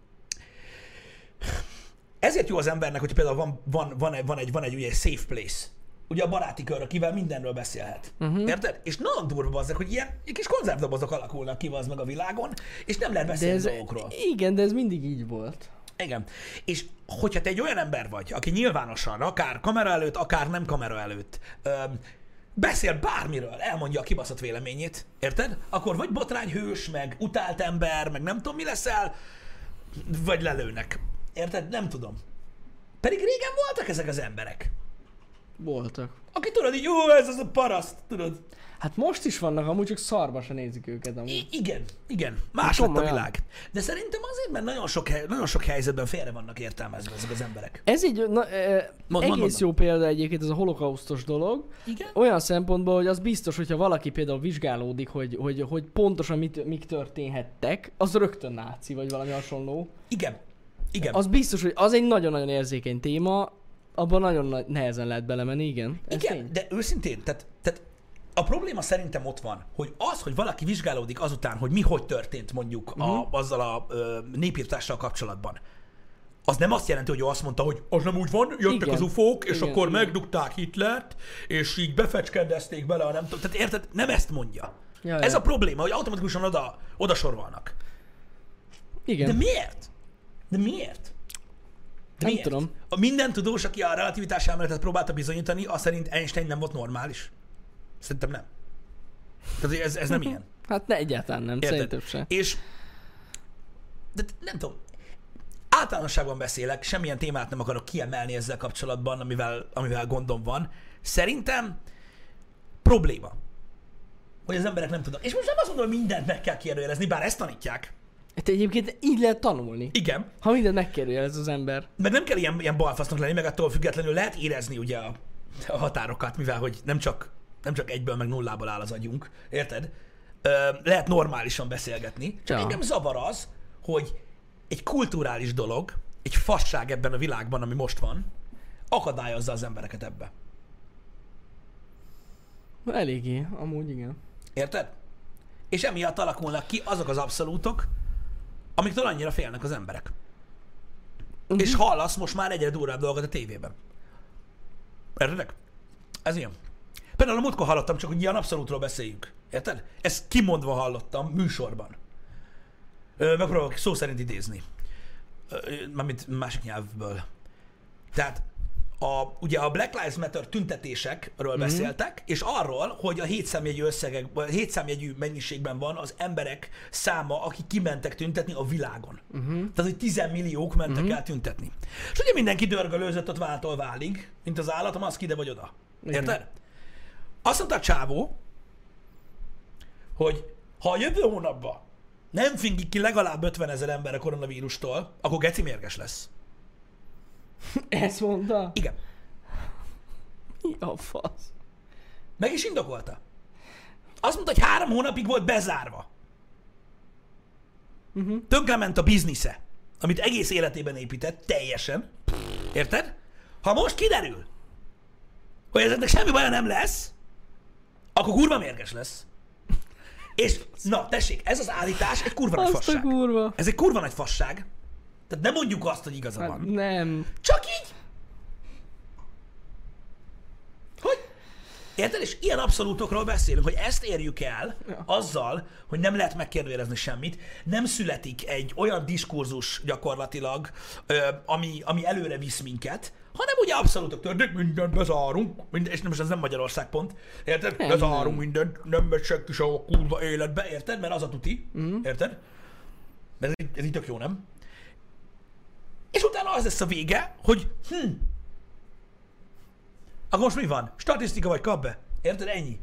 Speaker 1: Ezért jó az embernek, hogy például van egy ugye, safe place. Ugye a baráti kör, akivel mindenről beszélhet. Érted? És nagyon durva azzak, hogy ilyen kis konzervdobozok alakulnak ki az meg a világon, és nem lehet
Speaker 2: De
Speaker 1: beszélni
Speaker 2: ez,
Speaker 1: dolgokról.
Speaker 2: igen, de ez mindig így volt.
Speaker 1: Igen. És hogyha te egy olyan ember vagy, aki nyilvánosan, akár kamera előtt, akár nem kamera előtt, beszél bármiről, elmondja a kibaszott véleményét, érted? Akkor vagy botrányhős, meg utált ember, meg nem tudom mi leszel, vagy lelőnek. Érted? Nem tudom. Pedig régen voltak ezek az emberek.
Speaker 2: Voltak.
Speaker 1: Aki tudod, így, jó, ez az a paraszt, tudod.
Speaker 2: Hát most is vannak, amúgy csak szarba se nézik őket amúgy.
Speaker 1: Igen. Más lett a
Speaker 2: komolyan.
Speaker 1: világ. De szerintem azért, mert nagyon sok helyzetben félre vannak értelmezve ezek az emberek.
Speaker 2: Ez így egész
Speaker 1: mondd.
Speaker 2: jó példa egyébként ez a holokausztos dolog.
Speaker 1: Igen?
Speaker 2: Olyan szempontból, hogy az biztos, hogyha valaki például vizsgálódik, hogy pontosan mik történhettek, az rögtön náci, vagy valami hasonló.
Speaker 1: Igen.
Speaker 2: Az biztos, hogy az egy nagyon-nagyon érzékeny téma, abban nagyon nehezen lehet belemenni, igen. Ez
Speaker 1: Igen,
Speaker 2: tény.
Speaker 1: de őszintén, tehát a probléma szerintem ott van, hogy az, hogy valaki vizsgálódik azután, hogy mi hogy történt mondjuk azzal a népírtással kapcsolatban, az nem azt jelenti, hogy ő azt mondta, hogy az nem úgy van, jöttek
Speaker 2: Igen.
Speaker 1: az ufók, és
Speaker 2: Igen,
Speaker 1: akkor
Speaker 2: igen.
Speaker 1: megdugták Hitlert, és így befecskedezték bele, nem tudom. Tehát érted? Nem ezt mondja.
Speaker 2: Ja,
Speaker 1: Ez
Speaker 2: ja.
Speaker 1: a probléma, hogy automatikusan oda sorolnak.
Speaker 2: Igen.
Speaker 1: De miért? De miért? De
Speaker 2: Nem
Speaker 1: miért?
Speaker 2: tudom.
Speaker 1: A minden tudós, aki a relativitás elméletet próbálta bizonyítani, az szerint Einstein nem volt normális. Szerintem nem. Tehát ez nem ilyen.
Speaker 2: Hát ne, egyáltalán nem,
Speaker 1: Érted?
Speaker 2: szerintem se.
Speaker 1: És de nem tudom, általánosságban beszélek, semmilyen témát nem akarok kiemelni ezzel kapcsolatban, amivel gondom van. Szerintem probléma, hogy az emberek nem tudnak. És most nem azt mondom, hogy mindent meg kell kérdőjelezni, bár ezt tanítják.
Speaker 2: Hát egyébként így lehet tanulni.
Speaker 1: Igen,
Speaker 2: Ha mindent megkérdőjelez az ember.
Speaker 1: meg nem kell ilyen balfasznak lenni, meg attól függetlenül lehet érezni ugye a határokat, mivel hogy nem csak egyből meg nullából áll az agyunk, érted? Lehet normálisan beszélgetni, csak
Speaker 2: Ja.
Speaker 1: engem zavar az, hogy egy kulturális dolog, egy fasság ebben a világban, ami most van, akadályozza az embereket ebbe.
Speaker 2: Eléggé, amúgy igen.
Speaker 1: Érted? És emiatt alakulnak ki azok az abszolútok, amiktől annyira félnek az emberek. És hallasz most már egyre durvább dolgot a tévében. Értedek? Ez ilyen. Például a múltkor hallottam, csak hogy ilyen abszolútról beszéljünk. Érted? Ezt kimondva hallottam műsorban. Megpróbálok szó szerint idézni. Mármint másik nyelvből. Tehát ugye a Black Lives Matter tüntetésekről beszéltek, és arról, hogy a 7 számjegyű mennyiségben van az emberek száma, akik kimentek tüntetni a világon. Tehát, hogy 10 milliók mentek el tüntetni. És ugye mindenki dörgölőzött ott váltól válig, mint az állat, a maszk ide vagy oda. Érted? Azt mondta a csávó, hogy ha a jövő hónapban nem fingik ki legalább 50 000 ember a koronavírustól, akkor geci mérges lesz.
Speaker 2: Ezt mondta?
Speaker 1: Igen.
Speaker 2: Mi a fasz?
Speaker 1: Meg is indokolta. Azt mondta, hogy 3 hónapig volt bezárva. Tönkrement a biznisze, amit egész életében épített, teljesen. Érted? Ha most kiderül, hogy ezeknek semmi baja nem lesz, akkor kurva mérges lesz. És na, tessék, ez az állítás egy kurva nagy fasság.
Speaker 2: Kurva.
Speaker 1: Ez egy kurva nagy fasság. Tehát nem mondjuk azt, hogy igaza van.
Speaker 2: Nem.
Speaker 1: Csak így. Hogy? Érted? És ilyen abszolútokról beszélünk, hogy ezt érjük el azzal, hogy nem lehet megkérdőjelezni semmit, nem születik egy olyan diskurzus gyakorlatilag, ami előre visz minket, hanem ugye abszolútok történik, mindent bezárunk, és nem, ez nem Magyarország pont, érted? Bezárunk mindent, nem megy senki se a kurva életbe, érted? Mert az a tuti, érted? Ez így tök jó, nem? És utána az lesz a vége, hogy akkor most mi van? Statisztika vagy kap be? Érted? Ennyi.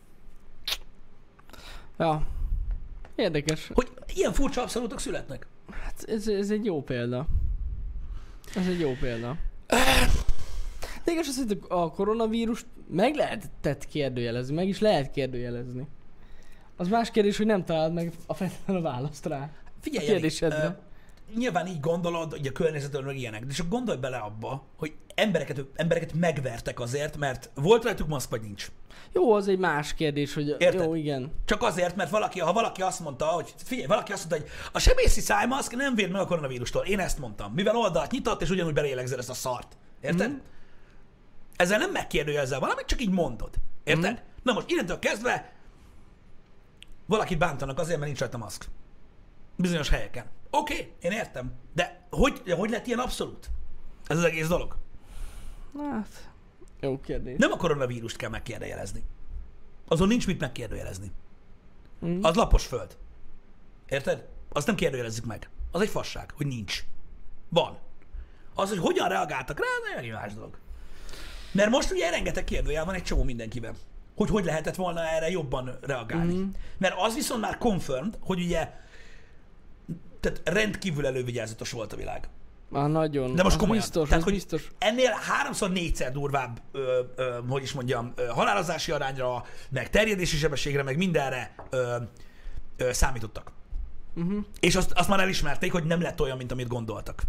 Speaker 2: Ja. Érdekes.
Speaker 1: Hogy ilyen furcsa abszolútok születnek.
Speaker 2: Hát ez egy jó példa. Ez egy jó példa. De igaz az, hogy a koronavírust meg lehetett kérdőjelezni, meg is lehet kérdőjelezni. Az más kérdés, hogy nem találod meg a választ rá.
Speaker 1: Figyelj,
Speaker 2: a kérdésedre.
Speaker 1: Nyilván így gondolod, hogy a környezetről meg ilyenek, de csak gondolj bele abba, hogy embereket megvertek azért, mert volt rajtuk maszk, vagy nincs.
Speaker 2: Jó, az egy más kérdés, hogy
Speaker 1: Érted?
Speaker 2: jó, igen.
Speaker 1: Csak azért, mert ha valaki azt mondta, hogy figyelj, valaki azt mondta, hogy a sebészi szájmaszk nem véd meg a koronavírustól. Én ezt mondtam. Mivel oldalt nyitott, és ugyanúgy belélegzed ezt a szart. Érted? Ezzel nem megkérdőjelzel valamit, csak így mondod. Érted? Na most innentől kezdve valakit bántanak azért, mert nincs rajta maszk. Bizonyos helyeken. Oké, én értem. De hogy lett ilyen abszolút? Ez az egész dolog.
Speaker 2: Hát, jó kérdés.
Speaker 1: Nem a koronavírust kell megkérdőjelezni. Azon nincs mit megkérdőjelezni. Az lapos föld. Érted? Azt nem kérdőjelezzük meg. Az egy fasság, hogy nincs. Van. Az, hogy hogyan reagáltak rá, ez egy más dolog. Mert most ugye rengeteg kérdőjel van egy csomó mindenkiben. Hogy lehetett volna erre jobban reagálni. Mert az viszont már confirmed, hogy ugye tehát rendkívül elővigyázatos volt a világ.
Speaker 2: Már nagyon.
Speaker 1: De most komolyan.
Speaker 2: Biztos,
Speaker 1: tehát, hogy
Speaker 2: biztos.
Speaker 1: ennél 3-4-szer durvább, hogy is mondjam, halálozási arányra, meg terjedési sebességre, meg mindenre számítottak. És azt már elismerték, hogy nem lett olyan, mint amit gondoltak.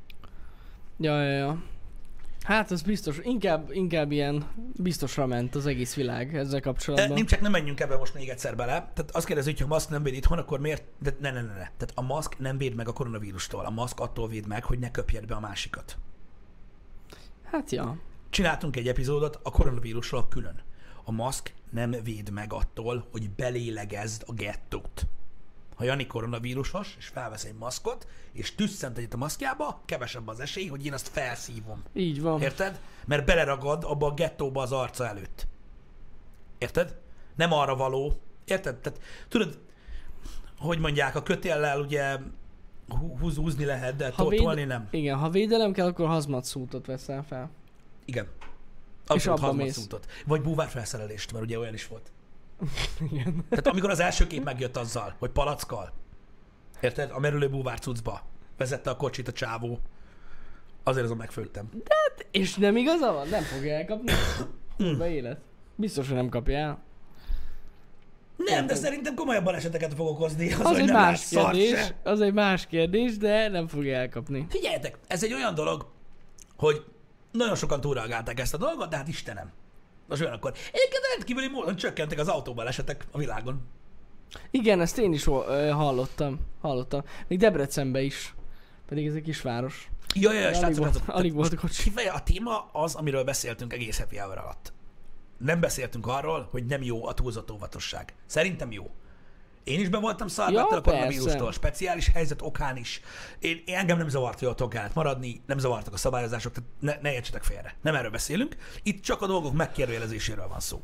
Speaker 2: Ja. Hát az biztos, inkább ilyen biztosra ment az egész világ ezzel kapcsolatban.
Speaker 1: Nem menjünk ebbe most még egyszer bele. Tehát azt kérdezik, hogy ha a maszk nem véd itthon, akkor miért? De ne. Tehát a maszk nem véd meg a koronavírustól. A maszk attól véd meg, hogy ne köpjed be a másikat.
Speaker 2: Hát ja.
Speaker 1: Csináltunk egy epizódot a koronavírusról külön. A maszk nem véd meg attól, hogy belélegezd a gettót. Ha Jani koronavírusos, és felvesz egy maszkot, és tüsszent egyet a maszkjába, kevesebb az esély, hogy én azt felszívom.
Speaker 2: Így van.
Speaker 1: Érted? Mert beleragad abba a gettóba az arca előtt. Érted? Nem arra való. Érted? Tehát, tudod, hogy mondják, a kötéllel ugye húzni lehet, de tolni nem.
Speaker 2: Igen, ha védelem kell, akkor hazmatszútot veszel fel.
Speaker 1: Igen.
Speaker 2: És abba
Speaker 1: hazmatszútot. Vagy búvárfelszerelést, mert ugye olyan is volt.
Speaker 2: Igen.
Speaker 1: Tehát amikor az első kép megjött azzal, hogy palackkal, érted? A merülő búvárcucba vezette a kocsit a csávó, azért azon megföltem.
Speaker 2: De hát, és nem igaza van? Nem fogja elkapni. Kurva élet. Biztos, hogy nem kapja el.
Speaker 1: Nem, de szerintem komolyabb baleseteket fog okozni.
Speaker 2: Az egy más kérdés, az egy más kérdés, de nem fogja elkapni.
Speaker 1: Figyeljetek, ez egy olyan dolog, hogy nagyon sokan túlreagálták ezt a dolgot, de hát Istenem. az olyankor. Egyébként rendkívüli módon csökkentek az autóbalesetek a világon.
Speaker 2: Igen, ezt én is hallottam. Még Debrecenbe is. Pedig ez egy kisváros.
Speaker 1: Jaj, srácok,
Speaker 2: alig volt kocsi.
Speaker 1: A téma az, amiről beszéltünk egész happy hour alatt. Nem beszéltünk arról, hogy nem jó a túlzott óvatosság. Szerintem jó. Én is be voltam szarva a koronavírustól, speciális helyzet okán is. Engem nem zavart, hogy otthon kellett maradni, nem zavartak a szabályozások, tehát ne értsetek félre. Nem erről beszélünk. Itt csak a dolgok megkérdőjelezéséről van szó.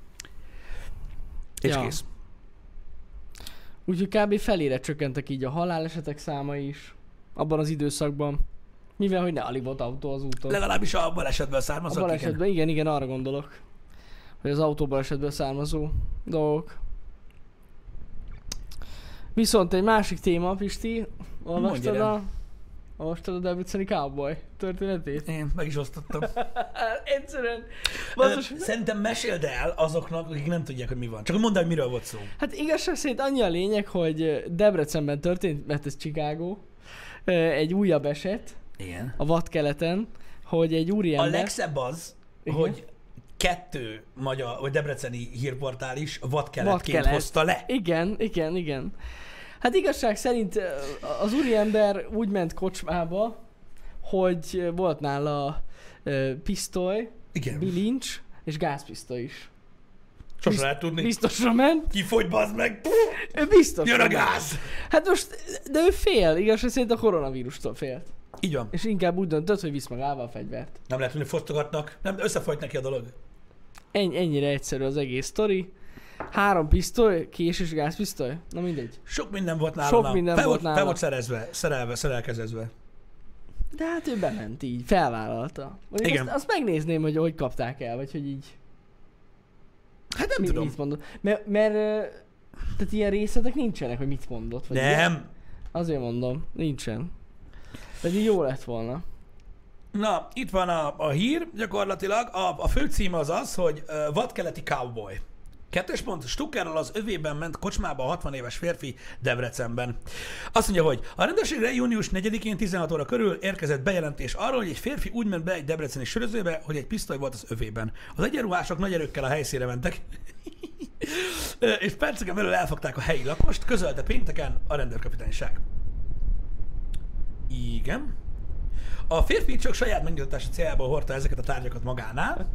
Speaker 1: És kész.
Speaker 2: Úgyhogy kb. Felére csökkentek így a halálesetek száma is abban az időszakban. Mivel, hogy ne alig volt autó az úton.
Speaker 1: Legalábbis a balesetből származó.
Speaker 2: A balesetből, igen, arra gondolok. Hogy az autóbalesetből származó dolgok. Viszont egy másik téma, Pisti, olvastad a debreceni cowboy történetét?
Speaker 1: Én meg is osztottam.
Speaker 2: Egyszerűen.
Speaker 1: Szerintem meséld el azoknak, akik nem tudják, hogy mi van. Csak mondd el, miről volt szó.
Speaker 2: Hát igazság szerint annyi a lényeg, hogy Debrecenben történt, mert ez Chicago, egy újabb eset.
Speaker 1: Igen.
Speaker 2: A vadkeleten, hogy egy úriember...
Speaker 1: A legszebb az, igen? Hogy 2 magyar, vagy debreceni hírportál is vadkeletként hozta le.
Speaker 2: Igen. Hát igazság szerint az úriember úgy ment kocsmába, hogy volt nála pisztoly, igen, bilincs és gázpisztoly is.
Speaker 1: Sose lehet tudni.
Speaker 2: Biztosra ment.
Speaker 1: Kifogy, bazd meg!
Speaker 2: Ő biztos.
Speaker 1: Jön a gáz!
Speaker 2: Hát most, de ő fél, igazság szerint a koronavírustól félt.
Speaker 1: Így van.
Speaker 2: És inkább úgy döntött, hogy visz magával a fegyvert.
Speaker 1: Nem lehet, hogy fosztogatnak. Nem, összefolyt neki a dolog.
Speaker 2: Ennyire egyszerű az egész sztori. 3 pisztoly, kés és gázpisztoly? Na mindegy.
Speaker 1: Sok minden volt nála.
Speaker 2: Sok minden volt nála.
Speaker 1: Fel volt szerelkezezve.
Speaker 2: De hát ő bement így, felvállalta. Igen. Azt megnézném, hogy kapták el, vagy hogy így...
Speaker 1: Hát nem tudom.
Speaker 2: Mit mondott. Mert tehát ilyen részletek nincsenek, hogy mit mondott. Vagy
Speaker 1: nem.
Speaker 2: Ilyen? Azért mondom, nincsen. Pedig jó lett volna.
Speaker 1: Na, itt van a hír gyakorlatilag. A főcím az, hogy vadkeleti cowboy. 2. pont, Stuckerrel az övében ment kocsmába a 60 éves férfi Debrecenben. Azt mondja, hogy a rendőrségre június 4-én 16 óra körül érkezett bejelentés arról, hogy egy férfi úgy ment be egy debreceni sörözőbe, hogy egy pisztoly volt az övében. Az egyenruhások nagy erőkkel a helyszínre mentek, és perceken belül elfogták a helyi lakost, közölte pénteken a rendőrkapitányság. Igen. A férfi csak saját megnyugtatása céljából hordta ezeket a tárgyakat magánál.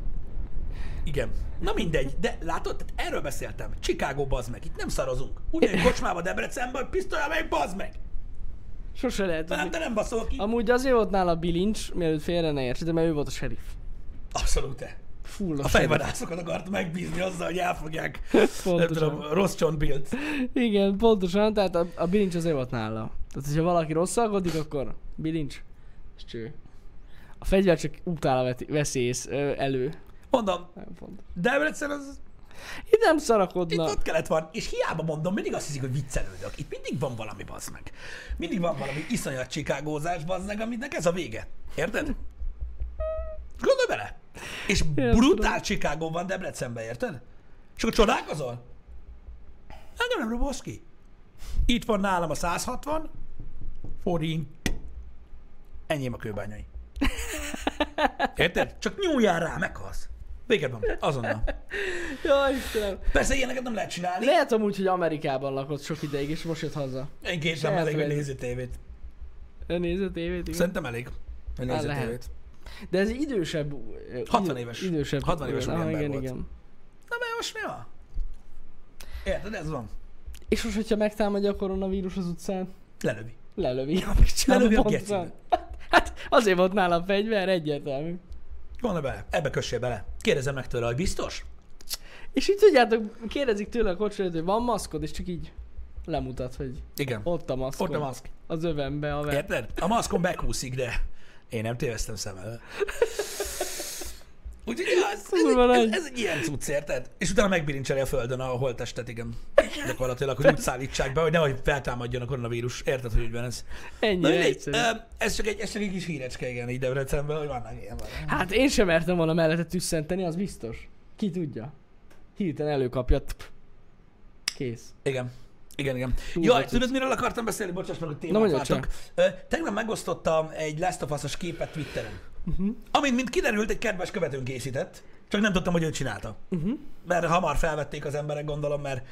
Speaker 1: Igen. Na mindegy, de látod, tehát erről beszéltem. Chicago, bazd meg, itt nem szarozunk. Ugyanúgy kocsmába Debrecenben, pisztolyal meg, bazd meg!
Speaker 2: Sose lehet tudni.
Speaker 1: De nem baszol ki.
Speaker 2: Amúgy azért volt nála bilincs, mielőtt félre ne érts, de mert ő volt a sheriff.
Speaker 1: Abszolút.
Speaker 2: Full
Speaker 1: a fejvadászokat akart megbízni azzal, hogy elfogják rossz csontbilt.
Speaker 2: Igen, pontosan, tehát a bilincs azért volt nála. Tehát, hogyha valaki rosszalkodik, akkor bilincs, és cső. A fegyver csak utána veszélyez elő.
Speaker 1: Mondom, Debrecen az...
Speaker 2: Itt nem szarakodnak.
Speaker 1: Itt ott kellett van, és hiába mondom, mindig azt hiszik, hogy viccelődök. Itt mindig van valami, bazd meg. Mindig van valami iszonyat csikágózás, bazd meg, aminek ez a vége. Érted? Gondolj bele! És brutál Chicago van Debrecenben, érted? És akkor csodálkozol? Engem nem robolsz ki. Itt van nálam a 160 forint. Enyém a kőbányai. Érted? Csak nyúljál rá, meghalsz. Véged van. Azonnal.
Speaker 2: Jaj, Istenem.
Speaker 1: Persze ilyeneket nem lehet csinálni.
Speaker 2: Lehet amúgy, hogy Amerikában lakott sok ideig, és most jött haza.
Speaker 1: Én késem elég, hogy nézi tévét.
Speaker 2: Nézi tévét, igen.
Speaker 1: Szerintem elég, hogy nézi tévét.
Speaker 2: De ez idősebb...
Speaker 1: 60 éves.
Speaker 2: Idősebb.
Speaker 1: 60 éves ember
Speaker 2: igen,
Speaker 1: volt.
Speaker 2: Igen.
Speaker 1: Na, mert most mi van? Érted, ez van.
Speaker 2: És most, hogyha megtámadja a koronavírus az utcán?
Speaker 1: Lelövi.
Speaker 2: Lelövi
Speaker 1: a gecibe.
Speaker 2: Hát azért volt nálam fegyver, egyértelmű.
Speaker 1: Gondolj bele, ebbe kössél bele. Kérdezem meg tőle, hogy biztos?
Speaker 2: És így tudjátok, kérdezik tőle a kocsiját, hogy van maszkod, és csak így lemutat, hogy
Speaker 1: igen.
Speaker 2: Ott a maszkod.
Speaker 1: Ott a maszk.
Speaker 2: Az övembe.
Speaker 1: Érted? A maszkon bekúszik, de én nem téveztem szem elől. Úgyhogy ez egy ilyen cucc, érted? És utána megbilincseli a földön a holttestet, igen. Gyakorlatilag, hogy úgy szállítsák be, hogy nehogy feltámadjon a koronavírus. Érted, hogy úgy van ez?
Speaker 2: Ennyire egyszerű.
Speaker 1: Ez csak egy kis hírecske, igen, így Debrecenben, hogy vannak ilyen.
Speaker 2: Hát én sem mertem volna mellette tüsszenteni, az biztos. Ki tudja? Hirtelen előkapja. Kész.
Speaker 1: Igen. Jaj, tudod, miről akartam beszélni? Bocsáss meg, hogy témát váltok. Tegnap megosztottam egy Last of Us-os képet Twitteren. Amint, mint kiderült, egy kedves követőn készített. csak nem tudtam, hogy ő csinálta. Mert hamar felvették az emberek, gondolom, mert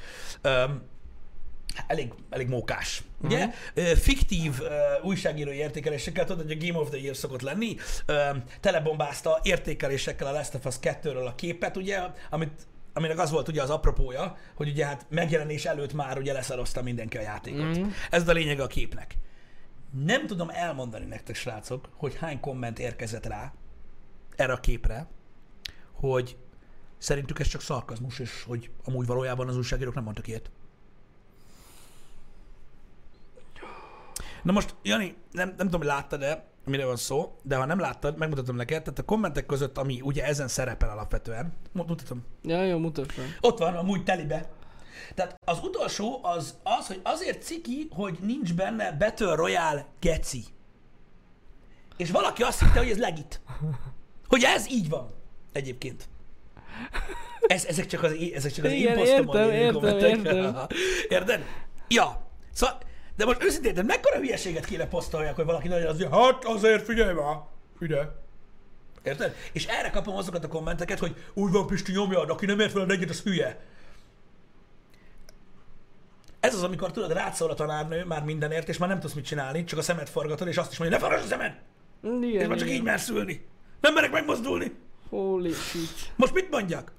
Speaker 1: elég mókás. Ugye? Fiktív újságírói értékelésekkel, tudod, hogy a Game of the Year szokott lenni, telebombázta értékelésekkel a Last of Us 2-ről a képet, ugye, aminek az volt ugye az apropója, hogy ugye hát megjelenés előtt már ugye leszarozta mindenki a játékot. Ez a lényege a képnek. Nem tudom elmondani nektek, srácok, hogy hány komment érkezett rá erre a képre, hogy szerintük ez csak szarkazmus, és hogy amúgy valójában az újságírók nem mondtak ilyet. Na most, Jani, nem tudom, hogy láttad-e, mire van szó, de ha nem láttad, megmutatom neked, tehát a kommentek között, ami ugye ezen szerepel alapvetően, mutatom.
Speaker 2: Ja, jó, mutatom.
Speaker 1: Ott van, amúgy telibe. Tehát az utolsó az, hogy azért ciki, hogy nincs benne Battle Royale geci. És valaki azt hitte, hogy ez legit. Hogy ez így van. Egyébként. Ezek csak az
Speaker 2: Igen,
Speaker 1: imposztomon lévő kommentek.
Speaker 2: értem.
Speaker 1: Érted? Ja. Szóval, de most őszintén, de mekkora hülyeséget kéne posztolják, hogy valaki nagyon az, hogy hát azért figyelj már, ide. Érted? És erre kapom azokat a kommenteket, hogy úgy van, Pisti, nyomjad, aki nem ért fel a egyet, az hülye. Ez az, amikor tudod, rád szól a tanárnő már mindenért, és már nem tudsz mit csinálni, csak a szemed forgatod, és azt is mondja, ne forgasd a szemed!
Speaker 2: Igen,
Speaker 1: És már csak így mersz ülni. Nem merek megmozdulni.
Speaker 2: Holy shit.
Speaker 1: Most mit mondjak?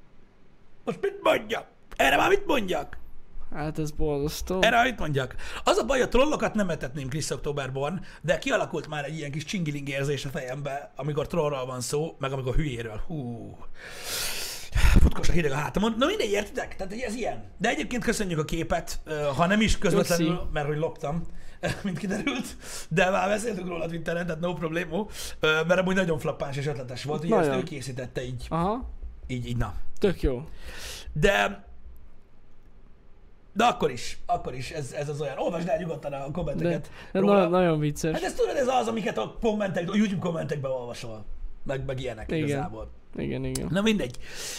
Speaker 1: Erre már mit mondjak?
Speaker 2: Hát ez borzasztó.
Speaker 1: Erre már mit mondjak? Az a baj, a trollokat nem etetném Chris Oktoberborn, de kialakult már egy ilyen kis csingiling érzés a fejembe, amikor trollról van szó, meg amikor hülyéről. Futkos a hideg a hátamon. Na mindegy, értitek? Tehát ez ilyen. De egyébként köszönjük a képet, ha nem is közvetlenül, mert hogy loptam, mint kiderült, de már beszéltünk róla Twitteren, tehát no problémo, mert amúgy nagyon flappáns és ötletes volt, ugye ezt ő készítette így.
Speaker 2: Aha.
Speaker 1: Így, na.
Speaker 2: Tök jó.
Speaker 1: De akkor is ez az olyan. Olvasd el nyugodtan a kommenteket.
Speaker 2: De nagyon vicces.
Speaker 1: Hát ez tudod, ez az, amiket a YouTube kommentekben olvasol. Meg ilyenek igazából.
Speaker 2: Igen.
Speaker 1: Na mindegy.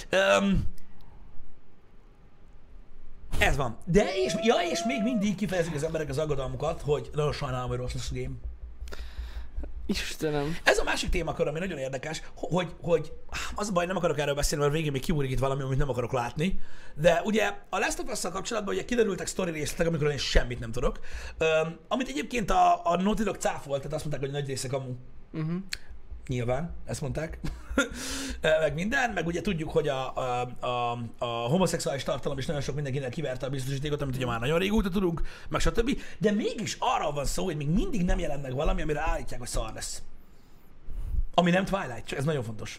Speaker 1: Ez van. De, és még mindig kifejezik az emberek az aggodalmukat, hogy nagyon sajnálom, hogy rossz lesz a game.
Speaker 2: Istenem.
Speaker 1: Ez a másik témakör, ami nagyon érdekes, hogy az a baj, nem akarok erről beszélni, mert végén még kiúrik itt valami, amit nem akarok látni, de ugye a Last of Us-szal kapcsolatban ugye kiderültek sztori részletek, amikor én semmit nem tudok, amit egyébként a Naughty Dog cáfolt, tehát azt mondták, hogy nagy része kamu. Nyilván, ezt mondták. Meg minden, meg ugye tudjuk, hogy a homoszexuális tartalom is nagyon sok mindenkinek kiverte a biztosítékot, amit ugye már nagyon régóta tudunk, meg stb. De mégis arról van szó, hogy még mindig nem jelent meg valami, amire állítják, hogy szar lesz. Ami nem Twilight, csak ez nagyon fontos.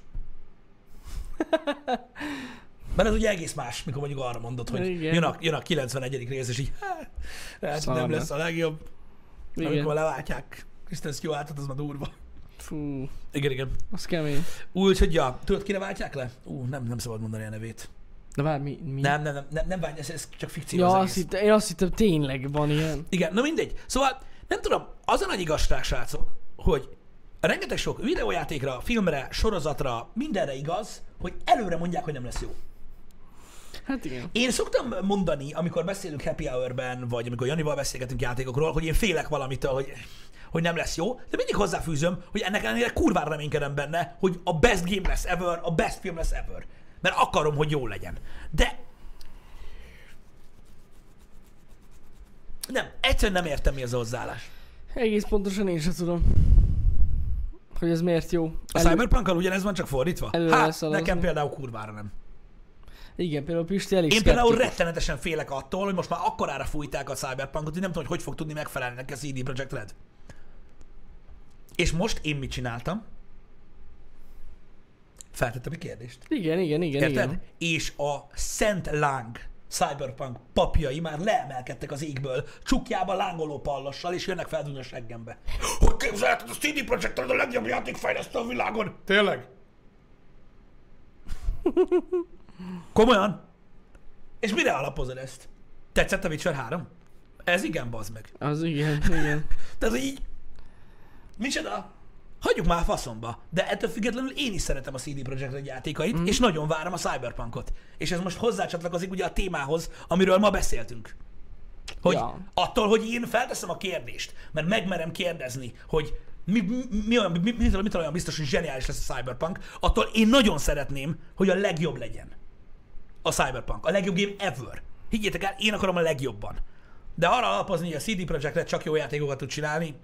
Speaker 1: Mert ez ugye egész más, mikor mondjuk arra mondod, hogy jön a 91. rész, és így hát nem lesz a legjobb. Igen. Amikor leváltják Kristen Stewartot, az már durva.
Speaker 2: Fú.
Speaker 1: Igen.
Speaker 2: Az kemény.
Speaker 1: Úgyhogy ja, tudod, kire váltják le? Nem szabad mondani a nevét.
Speaker 2: De várj, mi?
Speaker 1: Nem várj, ez csak fikció
Speaker 2: ja,
Speaker 1: az egész.
Speaker 2: Én azt hittem, tényleg van ilyen.
Speaker 1: Igen, na mindegy. Szóval nem tudom, az a nagy igazság, srácok, hogy rengeteg sok videójátékra, filmre, sorozatra, mindenre igaz, hogy előre mondják, hogy nem lesz jó.
Speaker 2: Hát igen.
Speaker 1: Én szoktam mondani, amikor beszélünk Happy Hour-ben, vagy amikor Janival beszélgetünk játékokról, hogy én félek valamitől, hogy nem lesz jó, de mindig hozzáfűzöm, hogy ennek ellenére kurvára reménykedem benne, hogy a best game lesz ever, a best film lesz ever. Mert akarom, hogy jó legyen. De nem, egyszerűen nem értem, mi az a hozzáállás.
Speaker 2: Egész pontosan én sem tudom, hogy ez miért jó.
Speaker 1: A Cyberpunk-kal ugyanez van, csak fordítva? Hát, nekem például kurvára nem.
Speaker 2: Igen, például Pisti elég
Speaker 1: Én például rettenetesen félek attól, hogy most már akkorára fújták a Cyberpunkot, hogy nem tudom, hogy fog tudni megfelelni neki a CD Projekt Red. És most én mit csináltam? Feltettem egy kérdést.
Speaker 2: Igen.
Speaker 1: Érted? És a Szent Láng Cyberpunk papjai már leemelkedtek az égből, csukjába lángoló pallossal, és jönnek feldúlni a seggembe. Hogy képzelheted, a CD Projekt Red a legjobb játékfejlesztő a világon? Tényleg? Komolyan? És mire alapozod ezt? Tetszett a Witcher 3? Ez igen, bazd meg.
Speaker 2: Az igen.
Speaker 1: Tehát így... Micsoda? Hagyjuk már faszomba. De ettől függetlenül én is szeretem a CD Projekt Red játékait, és nagyon várom a Cyberpunkot. És ez most hozzácsatlakozik ugye a témához, amiről ma beszéltünk. Hogy attól, hogy én felteszem a kérdést, mert megmerem kérdezni, hogy mitől olyan biztos, hogy zseniális lesz a Cyberpunk, attól én nagyon szeretném, hogy a legjobb legyen a Cyberpunk. A legjobb game ever. Higgyétek el, én akarom a legjobban. De arra alapozni, hogy a CD Projekt Red csak jó játékokat tud csinálni,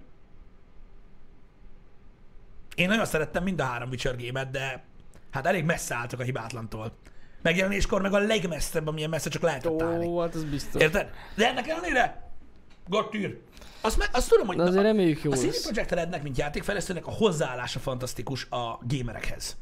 Speaker 1: én nagyon szerettem mind a 3 Witcher game-et, de hát elég messze álltak a hibátlantól. Megjelenéskor meg a legmesszebb, amilyen messze csak lehetett állni.
Speaker 2: Ó, hát ez biztos.
Speaker 1: Érted? De ennek ellenére Gattűr. Azt tudom, hogy
Speaker 2: azért reméljük jó
Speaker 1: a CD
Speaker 2: lesz.
Speaker 1: Projekt Rednek, mint játékfejlesztőnek a hozzáállása fantasztikus a gamerekhez.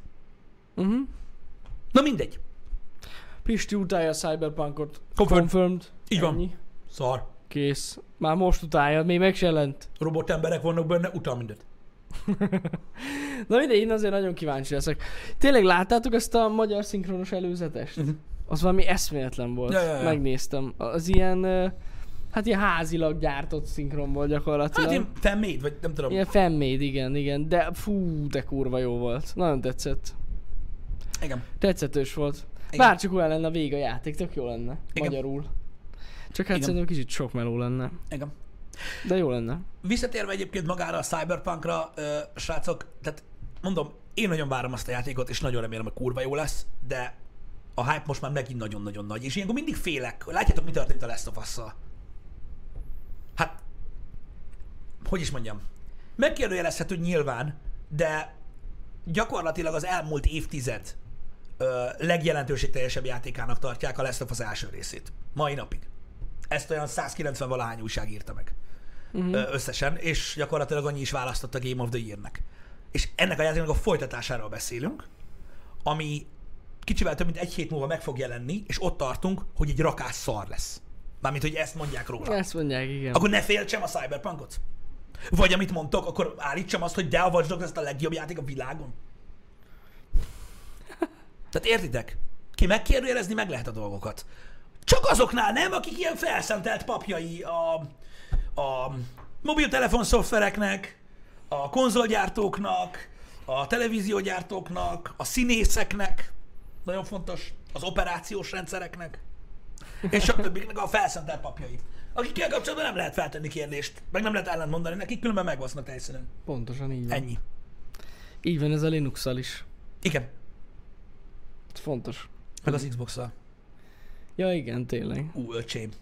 Speaker 1: Na mindegy.
Speaker 2: Pisti utálja a Cyberpunkot.
Speaker 1: Confirmed.
Speaker 2: Confirmed.
Speaker 1: Így van.
Speaker 2: Ennyi.
Speaker 1: Szar.
Speaker 2: Kész. Már most utálja, még meg se jelent.
Speaker 1: Robotemberek vannak benne, utal mindent.
Speaker 2: Na mindegy, én azért nagyon kíváncsi leszek. Tényleg láttátok ezt a magyar szinkronos előzetest? Az valami eszméletlen volt.
Speaker 1: Ja.
Speaker 2: Megnéztem. Az ilyen, hát ilyen házilag gyártott szinkron volt gyakorlatilag.
Speaker 1: Hát ilyen fan-made, vagy nem tudom.
Speaker 2: Ilyen fan-made, igen. De fú, de kurva jó volt. Nagyon tetszett.
Speaker 1: Igen.
Speaker 2: Tetszetős volt.
Speaker 1: Igen.
Speaker 2: Bárcsak olyan lenne a vége a játék, tök jó lenne.
Speaker 1: Igen.
Speaker 2: Magyarul. Csak hát
Speaker 1: Igen.
Speaker 2: szerintem kicsit sok meló lenne.
Speaker 1: Igen.
Speaker 2: De jó lenne.
Speaker 1: Visszatérve egyébként magára a Cyberpunkra, srácok, tehát mondom, én nagyon várom azt a játékot, és nagyon remélem, hogy kurva jó lesz, de a hype most már megint nagyon-nagyon nagy, és ilyenkor mindig félek. Látjátok, mi történt a Last of Us-szal? Hát, hogy is mondjam, megkérdőjelezhető nyilván, de gyakorlatilag az elmúlt évtized legjelentőségteljesebb játékának tartják a Last of Us első részét. Mai napig. Ezt olyan 190 valahány újság írta meg összesen, és gyakorlatilag annyi is választott a Game of the Year-nek. És ennek a játéknak a folytatásáról beszélünk, ami kicsivel több mint 1 hét múlva meg fog jelenni, és ott tartunk, hogy egy rakás szar lesz. Mármint, hogy ezt mondják róla.
Speaker 2: Ezt mondják, igen.
Speaker 1: Akkor ne féltsem a Cyberpunkot? Vagy amit mondtok, akkor állítsam azt, hogy de a Watch Dogs lesz a legjobb játék a világon? Tehát értitek? Ki megkérdőjelezni, meg lehet a dolgokat. Csak azoknál nem, akik ilyen felszentelt papjai a mobiltelefon szoftvereknek, a konzolgyártóknak, a televíziógyártóknak, a színészeknek, nagyon fontos, az operációs rendszereknek, és a többiknek a felszentelt papjai. Akikkel kapcsolatban nem lehet feltenni kérdést, meg nem lehet ellent mondani nekik, különben megvasznak helyszínen.
Speaker 2: Pontosan így van.
Speaker 1: Ennyi.
Speaker 2: Így van ez a Linux-szal is.
Speaker 1: Igen.
Speaker 2: Ez fontos.
Speaker 1: Meg az Xbox-szal.
Speaker 2: Ja igen, tényleg.
Speaker 1: Öcsém.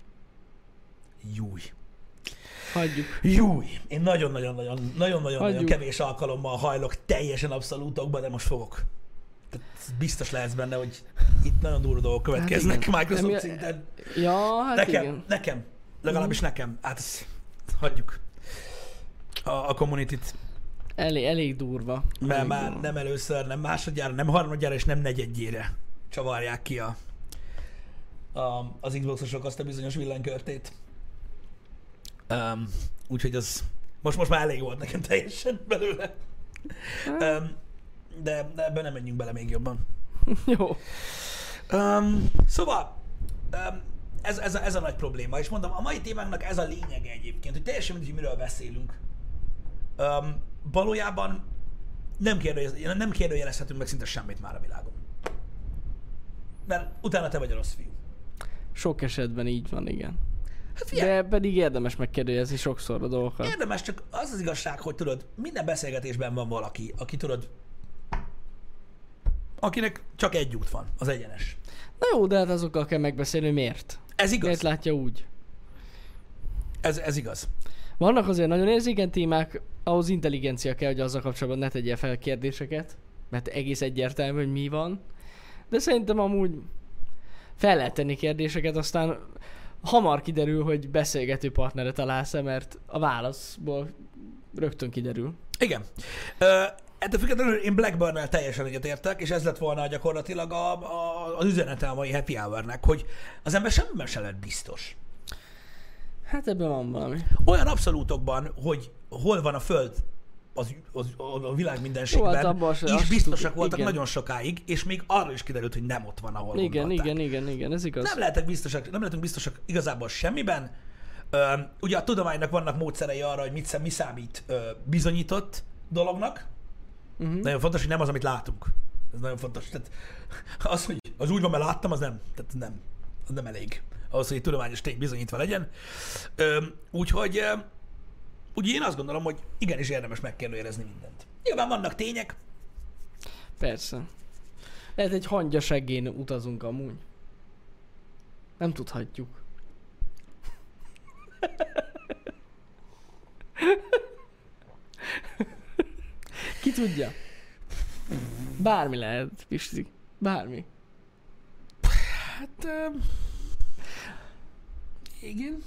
Speaker 1: Júj.
Speaker 2: Hagyjuk.
Speaker 1: Júj. Én nagyon-nagyon
Speaker 2: Hagyjuk.
Speaker 1: kevés alkalommal hajlok teljesen abszolútokba, de most fogok. Tehát biztos lehetsz benne, hogy itt nagyon durva dolgok következnek
Speaker 2: igen.
Speaker 1: Microsoft
Speaker 2: Nem-
Speaker 1: szinten.
Speaker 2: Ja, hát igen.
Speaker 1: Nekem. Legalábbis nekem. Hát ezt hagyjuk. A community-t.
Speaker 2: Elég durva.
Speaker 1: Mert
Speaker 2: Elég
Speaker 1: már
Speaker 2: durva.
Speaker 1: nem először, nem másodjára, nem harmadjára és nem negyedjére csavarják ki az Xbox-osok azt a bizonyos villanykörtét. Úgyhogy az most már elég volt nekem teljesen belőle. De ebben nem menjünk bele még jobban.
Speaker 2: Jó.
Speaker 1: Szóval ez a nagy probléma, és mondom, a mai témánknak ez a lényege egyébként, hogy teljesen mindegy, miről beszélünk. Valójában nem kérdőjelezhetünk meg szinte semmit már a világon. Mert utána te vagy a rossz fiú.
Speaker 2: Sok esetben így van, igen.
Speaker 1: Hát figyelj,
Speaker 2: De pedig érdemes megkérdőjelezni sokszor a dolgokat.
Speaker 1: érdemes, csak az az igazság, hogy tudod, minden beszélgetésben van valaki, aki tudod, akinek csak egy út van, az egyenes.
Speaker 2: Na jó, de hát azokkal kell megbeszélni, hogy miért.
Speaker 1: Ez igaz.
Speaker 2: Miért látja úgy.
Speaker 1: Ez igaz.
Speaker 2: Vannak azért nagyon érzékeny témák, ahhoz intelligencia kell, hogy azzal kapcsolatban ne tegye fel kérdéseket, mert egész egyértelmű, hogy mi van. De szerintem amúgy fel lehet tenni kérdéseket, aztán hamar kiderül, hogy beszélgető partnere találsz-e, mert a válaszból rögtön kiderül.
Speaker 1: Igen. Ettől függetlenül én Blackburn-nel teljesen egyetértek, és ez lett volna gyakorlatilag az üzenete a mai Happy Hour-nek, hogy az ember semmiben se lett biztos.
Speaker 2: Hát ebben van valami.
Speaker 1: Olyan abszolútokban, hogy hol van a Föld a világ mindenségben,
Speaker 2: Jó, hát abban se-
Speaker 1: is
Speaker 2: azt
Speaker 1: biztosak
Speaker 2: tudjuk,
Speaker 1: voltak
Speaker 2: igen.
Speaker 1: nagyon sokáig, és még arra is kiderült, hogy nem ott van, ahol gondolták.
Speaker 2: Igen, ez igaz.
Speaker 1: Nem lehetünk biztosak igazából semmiben. Ugye a tudománynak vannak módszerei arra, hogy mi számít bizonyított dolognak. Nagyon fontos, hogy nem az, amit látunk. Ez nagyon fontos. Tehát az, hogy az úgy van, mert láttam, az nem elég. Ahhoz, hogy egy tudományos tény bizonyítva legyen. Úgyhogy Úgyhogy én azt gondolom, hogy igenis érdemes megkérdőjelezni mindent. Nyilván vannak tények.
Speaker 2: Persze. Lehet egy hangyaseggén utazunk amúgy. Nem tudhatjuk. Ki tudja? Bármi lehet, Pisti. Bármi.
Speaker 1: Hát... igen.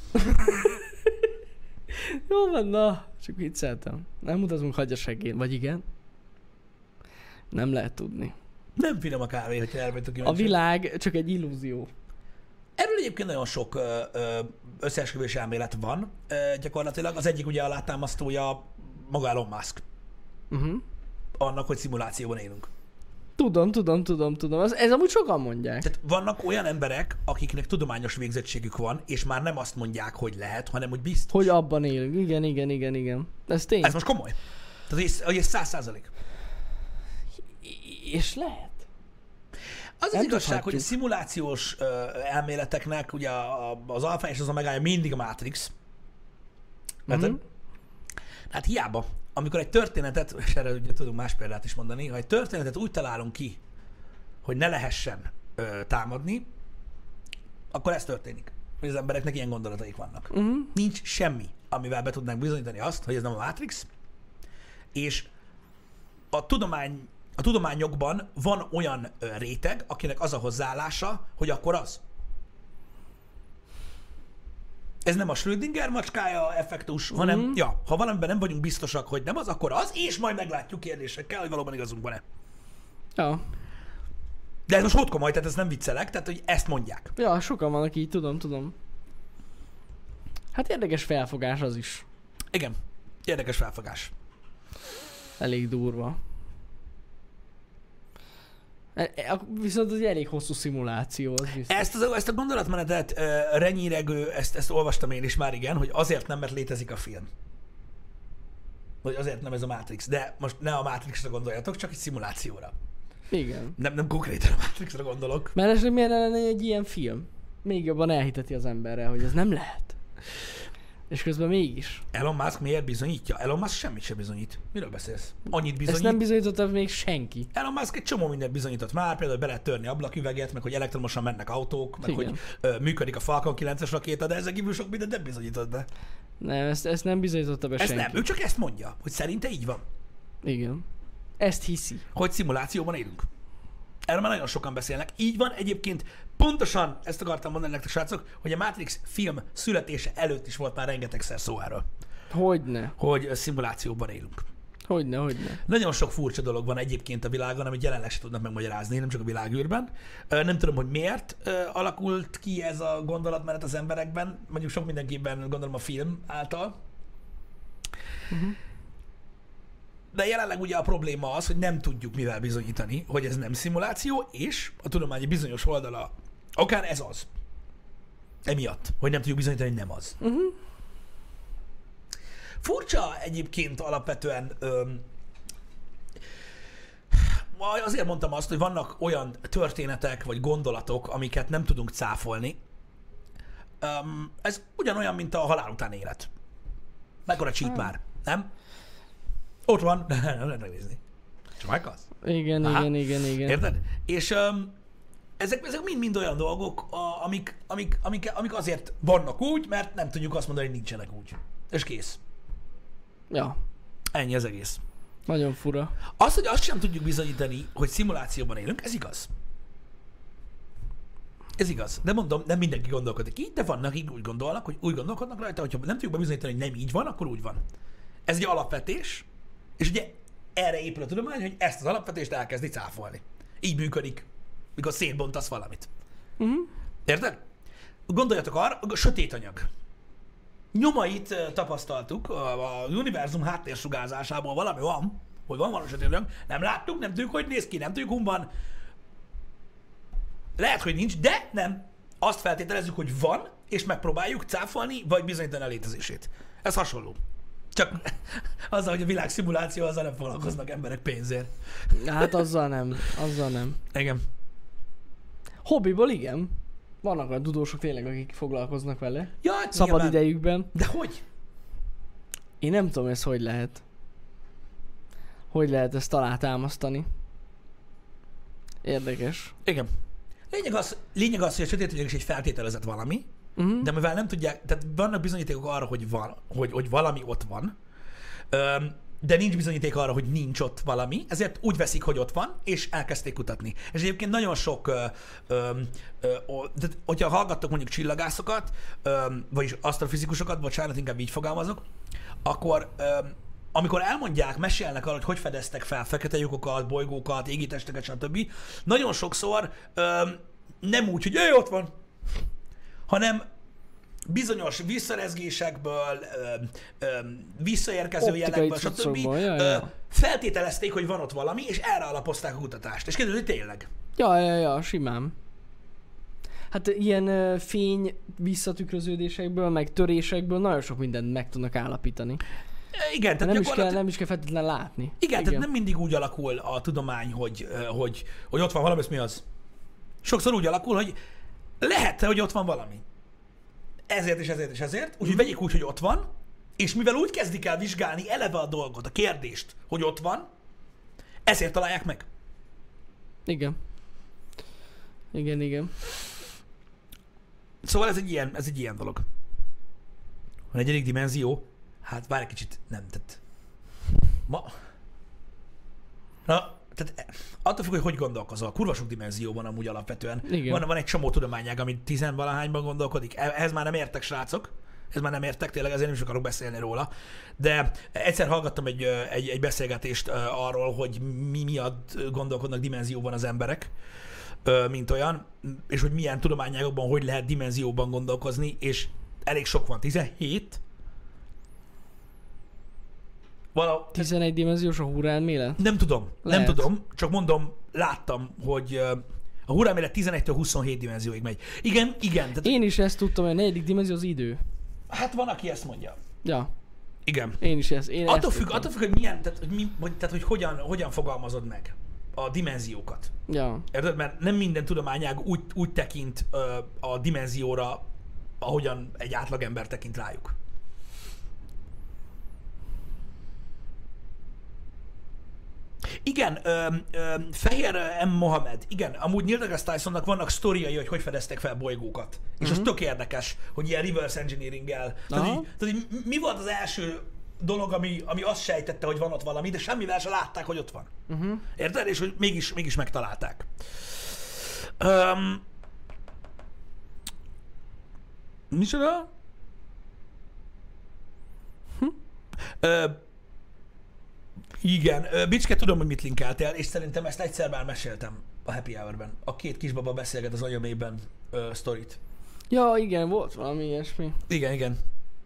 Speaker 2: Jó van, na. Csak vicceltem. Nem utazunk hagyaseggén, vagy igen? Nem lehet tudni.
Speaker 1: Nem finom a kávé, hogyha elmegyünk
Speaker 2: A világ csak egy illúzió.
Speaker 1: Erről egyébként nagyon sok összeesküvés elmélet van gyakorlatilag. Az egyik ugye alátámasztója maga Elon Musk. Annak, hogy szimulációban élünk.
Speaker 2: Tudom. Ez amúgy sokan mondják.
Speaker 1: Tehát vannak olyan emberek, akiknek tudományos végzettségük van, és már nem azt mondják, hogy lehet, hanem hogy biztos.
Speaker 2: Hogy abban élünk. Igen. Ez tény.
Speaker 1: Ez most komoly. Tehát ez 100%.
Speaker 2: És lehet.
Speaker 1: Az
Speaker 2: Nem
Speaker 1: az igazság,
Speaker 2: tudhatjuk.
Speaker 1: hogy a szimulációs elméleteknek ugye az alfa és az omegája mindig a Matrix. Mert hát hiába, amikor egy történetet, és erre ugye tudunk más példát is mondani, ha egy történetet úgy találunk ki, hogy ne lehessen támadni, akkor ez történik. Hogy az embereknek ilyen gondolataik vannak. Nincs semmi, amivel be tudnánk bizonyítani azt, hogy ez nem a Matrix, és a tudományokban van olyan réteg, akinek az a hozzáállása, hogy akkor az. Ez nem a Schrödinger macskája effektus, hanem, ha valamiben nem vagyunk biztosak, hogy nem az, akkor az, és majd meglátjuk kérdésekkel, hogy valóban igazunk van-e.
Speaker 2: Ja.
Speaker 1: De ez most ott komoly, tehát ez nem viccelek, tehát hogy ezt mondják.
Speaker 2: Ja, sokan vannak így, tudom. Hát érdekes felfogás az is.
Speaker 1: Igen, érdekes felfogás.
Speaker 2: Elég durva. Viszont ez egy elég hosszú szimuláció. Az
Speaker 1: ezt a gondolatmenetet renyíregő, ezt olvastam én is már, igen, hogy azért nem, mert létezik a film. Hogy azért nem ez a Matrix. De most ne a Matrixra gondoljatok, csak egy szimulációra.
Speaker 2: Igen.
Speaker 1: Nem konkrétan a Matrixra gondolok.
Speaker 2: Mert esetleg miért lenne egy ilyen film? Még jobban elhiteti az emberre, hogy ez nem lehet. És közben mégis.
Speaker 1: Elon Musk miért bizonyítja? Elon Musk semmit sem bizonyít. Miről beszélsz? Annyit bizonyít.
Speaker 2: Ezt nem bizonyította még senki.
Speaker 1: Elon Musk egy csomó mindent bizonyított már, például be lehet törni ablaküveget, meg hogy elektromosan mennek autók, meg
Speaker 2: Igen.
Speaker 1: hogy működik a Falcon 9-es rakéta, de ezen kívül sok mindent nem bizonyított be.
Speaker 2: Nem, ezt nem bizonyította be
Speaker 1: Ezt
Speaker 2: senki.
Speaker 1: nem, ő csak ezt mondja, hogy szerinte így van.
Speaker 2: Igen. Ezt hiszi.
Speaker 1: Hogy szimulációban élünk. Erről már nagyon sokan beszélnek. Így van, egyébként pontosan ezt akartam mondani nektek, srácok, hogy a Matrix film születése előtt is volt már rengetegszer szó erről.
Speaker 2: Hogyne.
Speaker 1: Hogy szimulációban élünk.
Speaker 2: Hogyne.
Speaker 1: Nagyon sok furcsa dolog van egyébként a világon, amit jelenleg se tudnak megmagyarázni, nem csak a világűrben. Nem tudom, hogy miért alakult ki ez a gondolatmenet az emberekben, mondjuk sok mindenképpen gondolom a film által. De jelenleg ugye a probléma az, hogy nem tudjuk mivel bizonyítani, hogy ez nem szimuláció, és a tudományi bizonyos oldala okán ez az. Emiatt, hogy nem tudjuk bizonyítani, hogy nem az. Furcsa egyébként alapvetően, azért mondtam azt, hogy vannak olyan történetek vagy gondolatok, amiket nem tudunk cáfolni. Ez ugyanolyan, mint a halál után élet. Mekkora cheat már, nem? Ott van, nem lehet megnézni. Csak meghalsz.
Speaker 2: Igen.
Speaker 1: Érted? És ezek mind olyan dolgok, amik azért vannak úgy, mert nem tudjuk azt mondani, hogy nincsenek úgy. És kész.
Speaker 2: Ja.
Speaker 1: Ennyi az egész.
Speaker 2: Nagyon fura.
Speaker 1: Az, hogy azt sem tudjuk bizonyítani, hogy szimulációban élünk, ez igaz. Ez igaz. De mondom, nem mindenki gondolkodik így, de vannak, akik úgy gondolnak, hogy úgy gondolkodnak rajta, hogyha nem tudjuk bizonyítani, hogy nem így van, akkor úgy van. Ez egy alapvetés, és ugye erre épül a tudomány, hogy ezt az alapvetést elkezdi cáfolni. Így működik, mikor szétbontasz valamit. Érted? Gondoljatok arra, a sötét anyag. Nyomait tapasztaltuk, a univerzum háttérsugázásából valami van, hogy van valami sötét anyag, nem láttuk, nem tudjuk, hogy néz ki, nem tudjuk, hol van. Lehet, hogy nincs, de nem. Azt feltételezzük, hogy van, és megpróbáljuk cáfolni, vagy bizonyítani a létezését. Ez hasonló. Csak azzal, hogy a világ szimuláció, azzal nem foglalkoznak emberek pénzért.
Speaker 2: Hát azzal nem.
Speaker 1: Igen.
Speaker 2: Hobbiból igen. Vannak olyan tudósok tényleg, akik foglalkoznak vele.
Speaker 1: Ja, hát
Speaker 2: Szabad
Speaker 1: nyilván.
Speaker 2: idejükben.
Speaker 1: De hogy?
Speaker 2: Én nem tudom, ez hogy lehet. Hogy lehet ezt alátámasztani. Érdekes.
Speaker 1: Igen. Lényeg az, hogy a sötétvilág is egy feltételezett valami, de mivel nem tudják, tehát vannak bizonyítékok arra, hogy van, hogy valami ott van, de nincs bizonyíték arra, hogy nincs ott valami, ezért úgy veszik, hogy ott van, és elkezdték kutatni. És egyébként nagyon sok, hogyha hallgattok mondjuk csillagászokat, vagyis asztrofizikusokat, bocsánat, inkább így fogalmazok, akkor amikor elmondják, mesélnek arra, hogy fedeztek fel fekete lyukokat, bolygókat, égitesteket, stb., nagyon sokszor nem úgy, hogy ott van, hanem bizonyos visszarezgésekből, visszaérkező jelekből, stb. Feltételezték, hogy van ott valami, és erre alapozták a kutatást. És kiderült, hogy tényleg.
Speaker 2: Ja, simán. Hát ilyen fény visszatükröződésekből, meg törésekből nagyon sok mindent meg tudnak állapítani.
Speaker 1: Igen, tehát
Speaker 2: nem is kell feltétlenül látni.
Speaker 1: Igen, tehát nem mindig úgy alakul a tudomány, hogy ott van valami, ez mi az? Sokszor úgy alakul, hogy lehet, hogy ott van valami. Ezért és ezért és ezért, úgyhogy vegyék úgy, hogy ott van, és mivel úgy kezdik el vizsgálni eleve a dolgot, a kérdést, hogy ott van, ezért találják meg.
Speaker 2: Igen. Igen.
Speaker 1: Szóval ez egy ilyen dolog. A negyedik dimenzió, hát várj egy kicsit, nem, tehát tehát attól függ, hogy gondolkozol. Kurva sok dimenzióban amúgy alapvetően. Van egy csomó tudományág, amit 10-valahányban gondolkodik. Ehhez már nem értek, srácok. Ez már nem értek, tényleg ezért nem is akarok beszélni róla. De egyszer hallgattam egy beszélgetést arról, hogy mi miatt gondolkodnak dimenzióban az emberek, mint olyan, és hogy milyen tudományágokban hogy lehet dimenzióban gondolkozni, és elég sok van. 17?
Speaker 2: 11 dimenziós a hurrelmélet?
Speaker 1: Nem tudom, csak mondom, láttam, hogy a hurrelmélet 11-től 27 dimenzióig megy. Igen. Tehát...
Speaker 2: Én is ezt tudtam, hogy a negyedik dimenzió az idő.
Speaker 1: Hát van, aki ezt mondja.
Speaker 2: Ja.
Speaker 1: Igen.
Speaker 2: Én is ezt.
Speaker 1: Attól függ, hogy milyen, tehát hogy hogyan fogalmazod meg a dimenziókat.
Speaker 2: Ja.
Speaker 1: Érted? Mert nem minden tudományág úgy tekint a dimenzióra, ahogyan egy átlagember tekint rájuk. Igen, Fehér M. Mohamed, igen, amúgy Neil deGrasse Tysonnak vannak sztoriai, hogy fedeztek fel bolygókat. És az tök érdekes, hogy ilyen reverse engineering-el. Tehát mi volt az első dolog, ami azt sejtette, hogy van ott valami, de semmivel se látták, hogy ott van. Érted? És hogy mégis megtalálták. Micsoda? Igen, Bicske, tudom, hogy mit linkeltél, és szerintem ezt egyszer már meséltem a Happy Hour-ben. A két kisbaba beszélget az anyamében sztorit.
Speaker 2: Ja, igen, volt valami ilyesmi.
Speaker 1: Igen.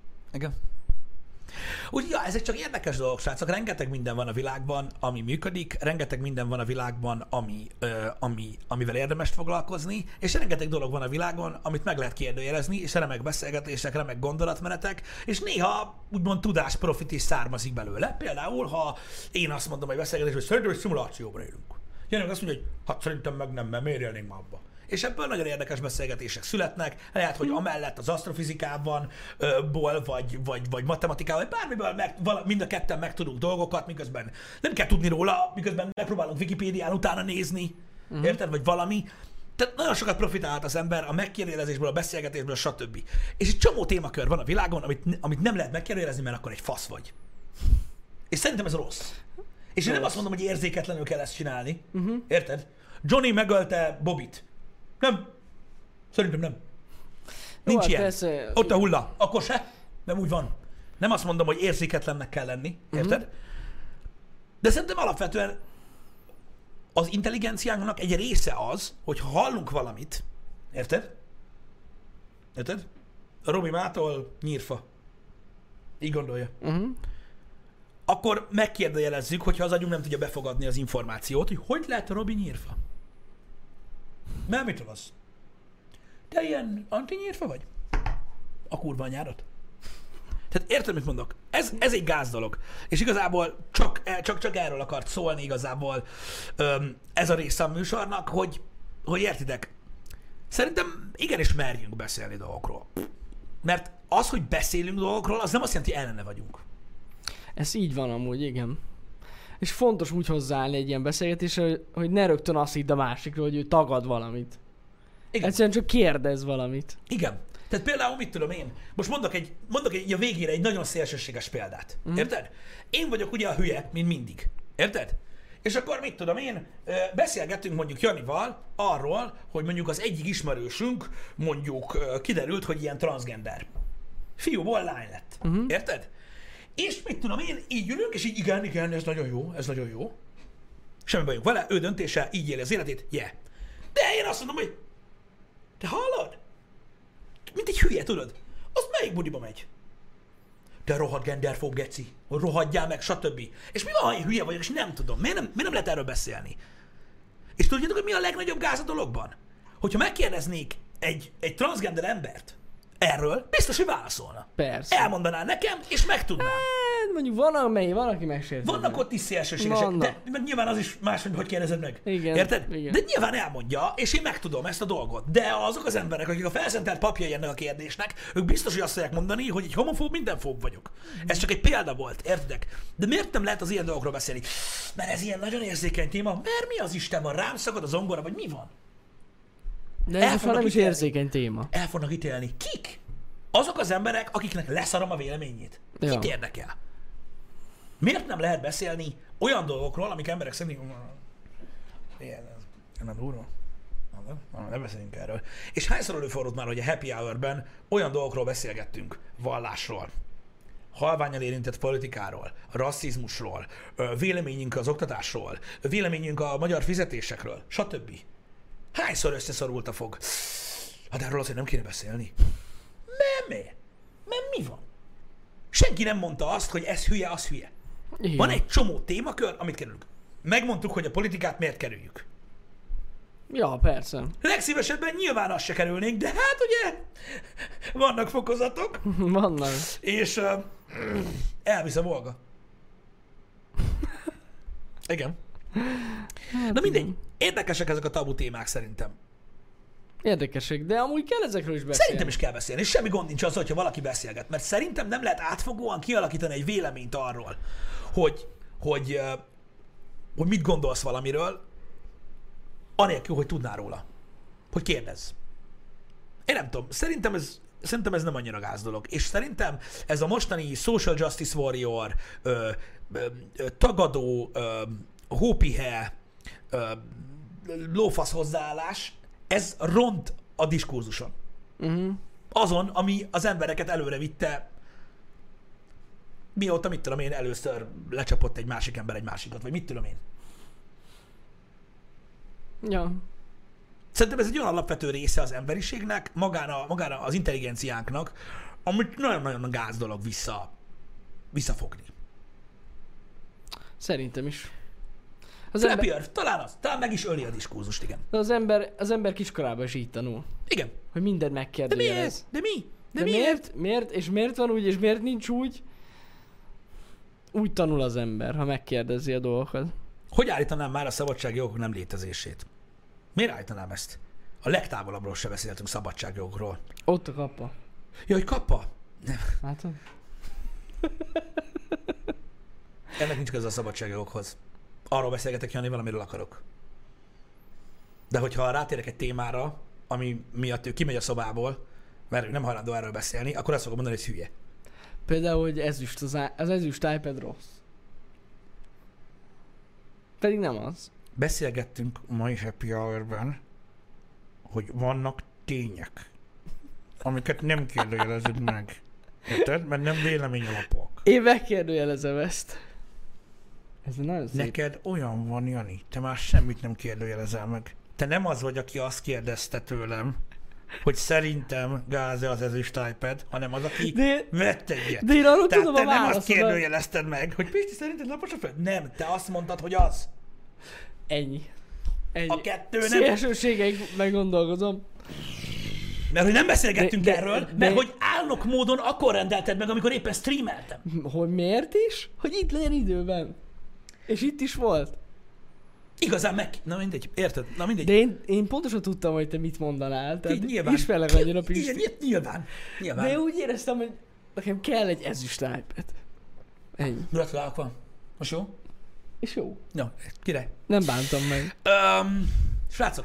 Speaker 1: Úgyhogy ja, ezek csak érdekes dolgok, srácok. Rengeteg minden van a világban, ami működik, rengeteg minden van a világban, amivel érdemes foglalkozni, és rengeteg dolog van a világon, amit meg lehet kérdőjelezni, és remek beszélgetések, remek gondolatmenetek, és néha úgymond tudásprofit is származik belőle. Például, ha én azt mondom egy beszélgetésben, hogy szerintem egy szimulációban élünk. Jönnek azt mondja, hogy hát szerintem meg nem, mert miért élnénk már abba. És ebből nagyon érdekes beszélgetések születnek, lehet, hogy amellett az asztrofizikában, vagy matematikában, vagy bármiből mind a ketten megtudunk dolgokat, miközben nem kell tudni róla, miközben megpróbálunk Wikipédián utána nézni, érted, vagy valami. Tehát nagyon sokat profitálhat az ember a megkérdőjelezésből, a beszélgetésből, stb. És egy csomó témakör van a világon, amit nem lehet megkérdőjelezni, mert akkor egy fasz vagy. És szerintem ez rossz. És én nem azt mondom, hogy érzéketlenül kell ezt csinálni, érted? Johnny megölte Bobit. Nem. Szerintem nem. Nincs ilyen. Persze. Ott a hulla. Akkor se. Nem úgy van. Nem azt mondom, hogy érzéketlennek kell lenni. Érted? De szerintem alapvetően az intelligenciánknak egy része az, hogy ha hallunk valamit, érted? Robi mától nyírfa. Így gondolja. Akkor megkérdőjelezzük, hogyha az agyunk nem tudja befogadni az információt, hogy lehet a Robi nyírfa. Mert mitől az? Te ilyen antinyírfa vagy? A kurva anyádat. Tehát érted, mit mondok? Ez egy gáz dolog. És igazából csak erről akart szólni igazából ez a része a műsornak, hogy értitek, szerintem igenis merjünk beszélni dolgokról. Mert az, hogy beszélünk dolgokról, az nem azt jelenti, hogy ellene vagyunk.
Speaker 2: Ez így van amúgy, igen. És fontos úgy hozzáállni egy ilyen beszélgetésre, hogy ne rögtön azt hidd a másikról, hogy ő tagad valamit.
Speaker 1: Igen.
Speaker 2: Egyszerűen csak kérdez valamit.
Speaker 1: Igen. Tehát például, mit tudom én, most mondok egy a végére egy nagyon szélsőséges példát. Érted? Én vagyok ugye a hülye, mint mindig. Érted? És akkor mit tudom én, beszélgettünk mondjuk Janival arról, hogy mondjuk az egyik ismerősünk mondjuk kiderült, hogy ilyen transgender. Fiúból lány lett. Érted? És mit tudom én, így ülünk, és így igen, ez nagyon jó. Semmi bajunk vele, ő döntése, így éli az életét, De én azt mondom, hogy te hallod? Mint egy hülye, tudod? Az melyik budiba megy? Te rohadt genderfób geci, rohadjál meg, stb. És mi van, ha én hülye vagyok, és nem tudom? Miért nem lehet erről beszélni? És tudjátok, hogy mi a legnagyobb gáz a dologban? Hogyha megkérdeznék egy transgender embert erről, biztos, hogy válaszolna.
Speaker 2: Persze.
Speaker 1: Elmondaná nekem, és megtudnám.
Speaker 2: Mondjuk van, aki megsérti.
Speaker 1: Vannak ott is szélsőségesek, de nyilván az is más, hogy kérdezed meg.
Speaker 2: Igen,
Speaker 1: érted?
Speaker 2: igen.
Speaker 1: De nyilván elmondja, és én megtudom ezt a dolgot. De azok az emberek, akik a felszentelt papjai ennek a kérdésnek, ők biztos, hogy azt fogják mondani, hogy egy homofób, mindenfób vagyok. Ez csak egy példa volt, értedek? De miért nem lehet az ilyen dolgokról beszélni? Mert ez ilyen nagyon érzékeny téma. Mert mi az Isten van? Rám szakad az zongora, vagy mi van?
Speaker 2: De ez nem is érzékeny téma.
Speaker 1: El fognak ítélni. Kik? Azok az emberek, akiknek leszarom a véleményét. Kit érdekel? Miért nem lehet beszélni olyan dolgokról, amik emberek szerint... Nem durva? Ne beszéljünk erről. És hányszor előfordult már, hogy a Happy Hour-ben olyan dolgokról beszélgettünk, vallásról, halványan érintett politikáról, rasszizmusról, véleményünk az oktatásról, véleményünk a magyar fizetésekről, stb. Hányszor összeszorult a fog? Hát erről azért nem kéne beszélni. Mert mi van? Senki nem mondta azt, hogy ez hülye, az hülye. Igen. Van egy csomó témakör, amit kerülünk. Megmondtuk, hogy a politikát miért kerüljük.
Speaker 2: Ja, persze.
Speaker 1: Legszívesebben nyilván azt se kerülnénk, de hát ugye vannak fokozatok.
Speaker 2: Vannak.
Speaker 1: És elvisz a Volga. Igen.
Speaker 2: Hát
Speaker 1: na mindegy. Érdekesek ezek a tabu témák szerintem.
Speaker 2: Érdekesek, de amúgy kell ezekről is beszélni.
Speaker 1: Szerintem is kell beszélni, és semmi gond nincs az, hogyha valaki beszélget. Mert szerintem nem lehet átfogóan kialakítani egy véleményt arról, hogy mit gondolsz valamiről, anélkül, hogy tudnál róla. Hogy kérdezz. Én nem tudom, szerintem ez nem annyira gáz dolog. És szerintem ez a mostani social justice warrior, tagadó, hópihe, lófasz hozzáállás, ez ront a diskurzuson. Azon, ami az embereket előre vitte, mióta, mit tudom én, először lecsapott egy másik ember egy másikat, vagy mit tudom én.
Speaker 2: Ja.
Speaker 1: Szerintem ez egy olyan alapvető része az emberiségnek, magána az intelligenciánknak, amit nagyon-nagyon gáz dolog visszafogni.
Speaker 2: Szerintem is.
Speaker 1: Talán meg is öli a diskurzust, igen.
Speaker 2: De az ember kiskorában is így tanul.
Speaker 1: Igen.
Speaker 2: Hogy minden megkérdőjelez.
Speaker 1: De mi?
Speaker 2: De miért? Miért? És miért van úgy, és miért nincs úgy? Úgy tanul az ember, ha megkérdezi a dolgokat.
Speaker 1: Hogy állítanám már a szabadságjogok nem létezését? Miért állítanám ezt? A legtávolabbról se beszéltünk szabadságjogokról.
Speaker 2: Ott a kappa.
Speaker 1: Ja, hogy kappa? Nem.
Speaker 2: Látod?
Speaker 1: Ennek nincs köze a szabadságjogokhoz. Arról beszélgetek, Jani, valamiről akarok. De hogyha rátérek egy témára, ami miatt ő kimegy a szobából, mert ő nem hajlandó erről beszélni, akkor azt fogom mondani, hogy ez hülye.
Speaker 2: Például, hogy az ezüst iPad rossz. Pedig nem az.
Speaker 1: Beszélgettünk a mai Happy Hour-ben, hogy vannak tények, amiket nem kérdőjelezünk meg. Érted? Mert nem véleményalapok.
Speaker 2: Én megkérdőjelezem ezt. Ez nagyon szép.
Speaker 1: Neked olyan van, Jani, te már semmit nem kérdőjelezel meg. Te nem az vagy, aki azt kérdezte tőlem, hogy szerintem gáz-e az ezüst iPad, hanem az, aki vett egyet.
Speaker 2: De én arról
Speaker 1: Tehát
Speaker 2: tudom
Speaker 1: te
Speaker 2: a
Speaker 1: nem
Speaker 2: válaszodat.
Speaker 1: azt kérdőjelezted meg, hogy Pisti, szerinted lapos a föld? Nem, te azt mondtad, hogy az.
Speaker 2: Ennyi.
Speaker 1: A kettő nem...
Speaker 2: Szélsőségeig meggondolkozom.
Speaker 1: Mert hogy nem beszélgettünk erről, mert hogy álnok módon akkor rendelted meg, amikor éppen streameltem.
Speaker 2: Hogy miért is? Hogy itt legyen időben. És itt is volt.
Speaker 1: Igazán meg... Na mindegy, érted? Na mindegy.
Speaker 2: De én pontosan tudtam, hogy te mit mondanál. Tehát
Speaker 1: nyilván.
Speaker 2: ismerlek annyira, Pisti.
Speaker 1: Igen, nyilván.
Speaker 2: De én úgy éreztem, hogy nekem kell egy ezüst iPad. Ennyi.
Speaker 1: Gratulálok van. Most jó?
Speaker 2: És jó.
Speaker 1: Jó, király.
Speaker 2: Nem bántam meg.
Speaker 1: Srácok,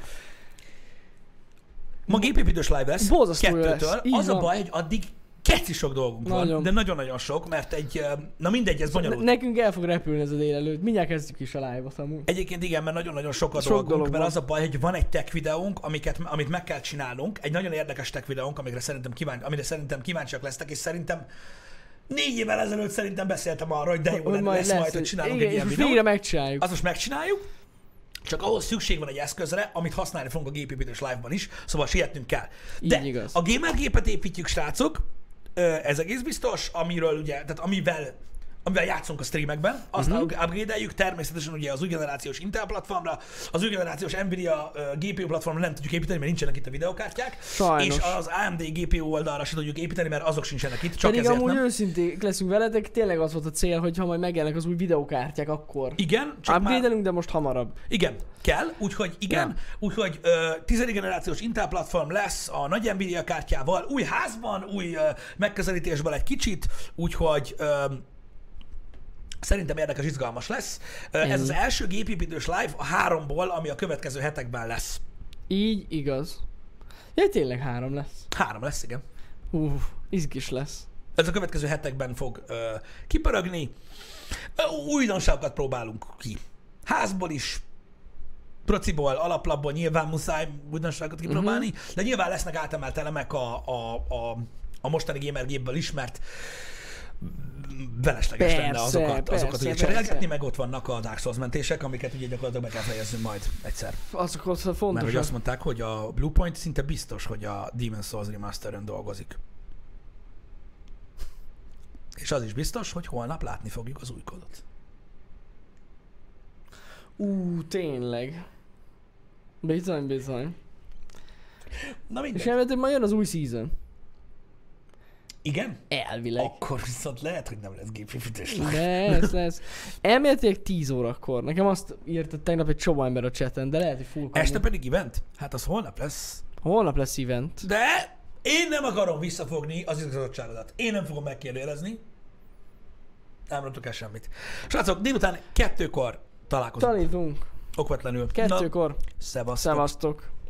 Speaker 1: ma gépépítős live lesz,
Speaker 2: Borzasztó jó lesz.
Speaker 1: 2-től.
Speaker 2: Így
Speaker 1: Az a
Speaker 2: van.
Speaker 1: baj, hogy addig keci sok dolgunk van,
Speaker 2: Nagyon.
Speaker 1: de nagyon-nagyon sok, mert na mindegy, ez bonyolult.
Speaker 2: Nekünk el fog repülni ez a délelőtt. Mindjárt kezdjük is a live-ot amúgy.
Speaker 1: Egyébként igen, mert nagyon-nagyon sok a
Speaker 2: Sok
Speaker 1: dolgunk,
Speaker 2: dolog
Speaker 1: mert
Speaker 2: van.
Speaker 1: az a baj, hogy van egy tech videónk, amit meg kell csinálnunk, egy nagyon érdekes tech videónk, amire szerintem kíváncsiak lesztek, és szerintem 4 évvel ezelőtt szerintem beszéltem arra, hogy de jó lenne, lesz majd, hogy csinálunk
Speaker 2: igen,
Speaker 1: egy ilyen
Speaker 2: és most
Speaker 1: videót.
Speaker 2: végre megcsináljuk.
Speaker 1: Azt most megcsináljuk, csak ahhoz szükség van egy eszközre, amit használni fogunk a gépépítős live-ban is, szóval sietnünk kell. De
Speaker 2: Így igaz.
Speaker 1: a gamergépet építjük, srácok, ez egész biztos, amiről ugye, tehát amivel játszunk a streamekben, azt upgrade-eljük, természetesen ugye az új generációs Intel platformra, az új generációs Nvidia GPU platformra nem tudjuk építeni, mert nincsenek itt a videokártyák,
Speaker 2: Sajnos.
Speaker 1: és az AMD GPU oldalra sem tudjuk építeni, mert azok sincsenek itt, csak
Speaker 2: Pedig
Speaker 1: ezért
Speaker 2: amúgy
Speaker 1: nem.
Speaker 2: őszinték leszünk veletek, tényleg az volt a cél, hogy ha majd megjelennek az új videokártyák, akkor
Speaker 1: Igen, csak már...
Speaker 2: upgrade-elünk, de most hamarabb.
Speaker 1: Igen, kell, úgyhogy igen,
Speaker 2: Ja.
Speaker 1: úgyhogy 10. generációs Intel platform lesz a nagy Nvidia kártyával, új házban, új megközelítésből egy kicsit, úgyhogy szerintem érdekes, izgalmas lesz. Ez az első gépépítős live a 3-ból, ami a következő hetekben lesz.
Speaker 2: Így igaz. Ja, tényleg 3 lesz.
Speaker 1: 3 lesz, igen.
Speaker 2: Izgis lesz.
Speaker 1: Ez a következő hetekben fog kipörögni. Újdonságokat próbálunk ki. Házból is, prociból, alaplapból nyilván muszáj újdonságokat kipróbálni, de nyilván lesznek átemelt elemek a mostani gamer gépből is, mert felesleges lenne azokat ugye cserélgetni, meg ott vannak a Dark Souls mentések, amiket ugye gyakorlatilag be kell fejeznünk majd egyszer.
Speaker 2: Azok ott fontosak.
Speaker 1: Mert hogy azt mondták, hogy a Bluepoint szinte biztos, hogy a Demon's Souls Remastered-ön dolgozik. És az is biztos, hogy holnap látni fogjuk az új kódot.
Speaker 2: Tényleg. Bizony.
Speaker 1: Na mindegy.
Speaker 2: És elméletileg majd jön az új season.
Speaker 1: Igen?
Speaker 2: Elvileg.
Speaker 1: Akkor viszont lehet, hogy nem lesz gépépítős.
Speaker 2: Lesz. Elméletileg 10 órakor. Nekem azt írta tegnap egy csomó ember a chaten, de lehet, hogy full kamu.
Speaker 1: Este pedig event? Hát az holnap lesz.
Speaker 2: Holnap lesz event.
Speaker 1: De én nem akarom visszafogni az izgatottságodat. Én nem fogom megkérdőjelezni. Nem rontok el semmit. Srácok, délután 2-kor találkozunk.
Speaker 2: Tanítunk.
Speaker 1: Okvetlenül.
Speaker 2: 2-kor.
Speaker 1: Szevasztok.
Speaker 2: Szevasztok.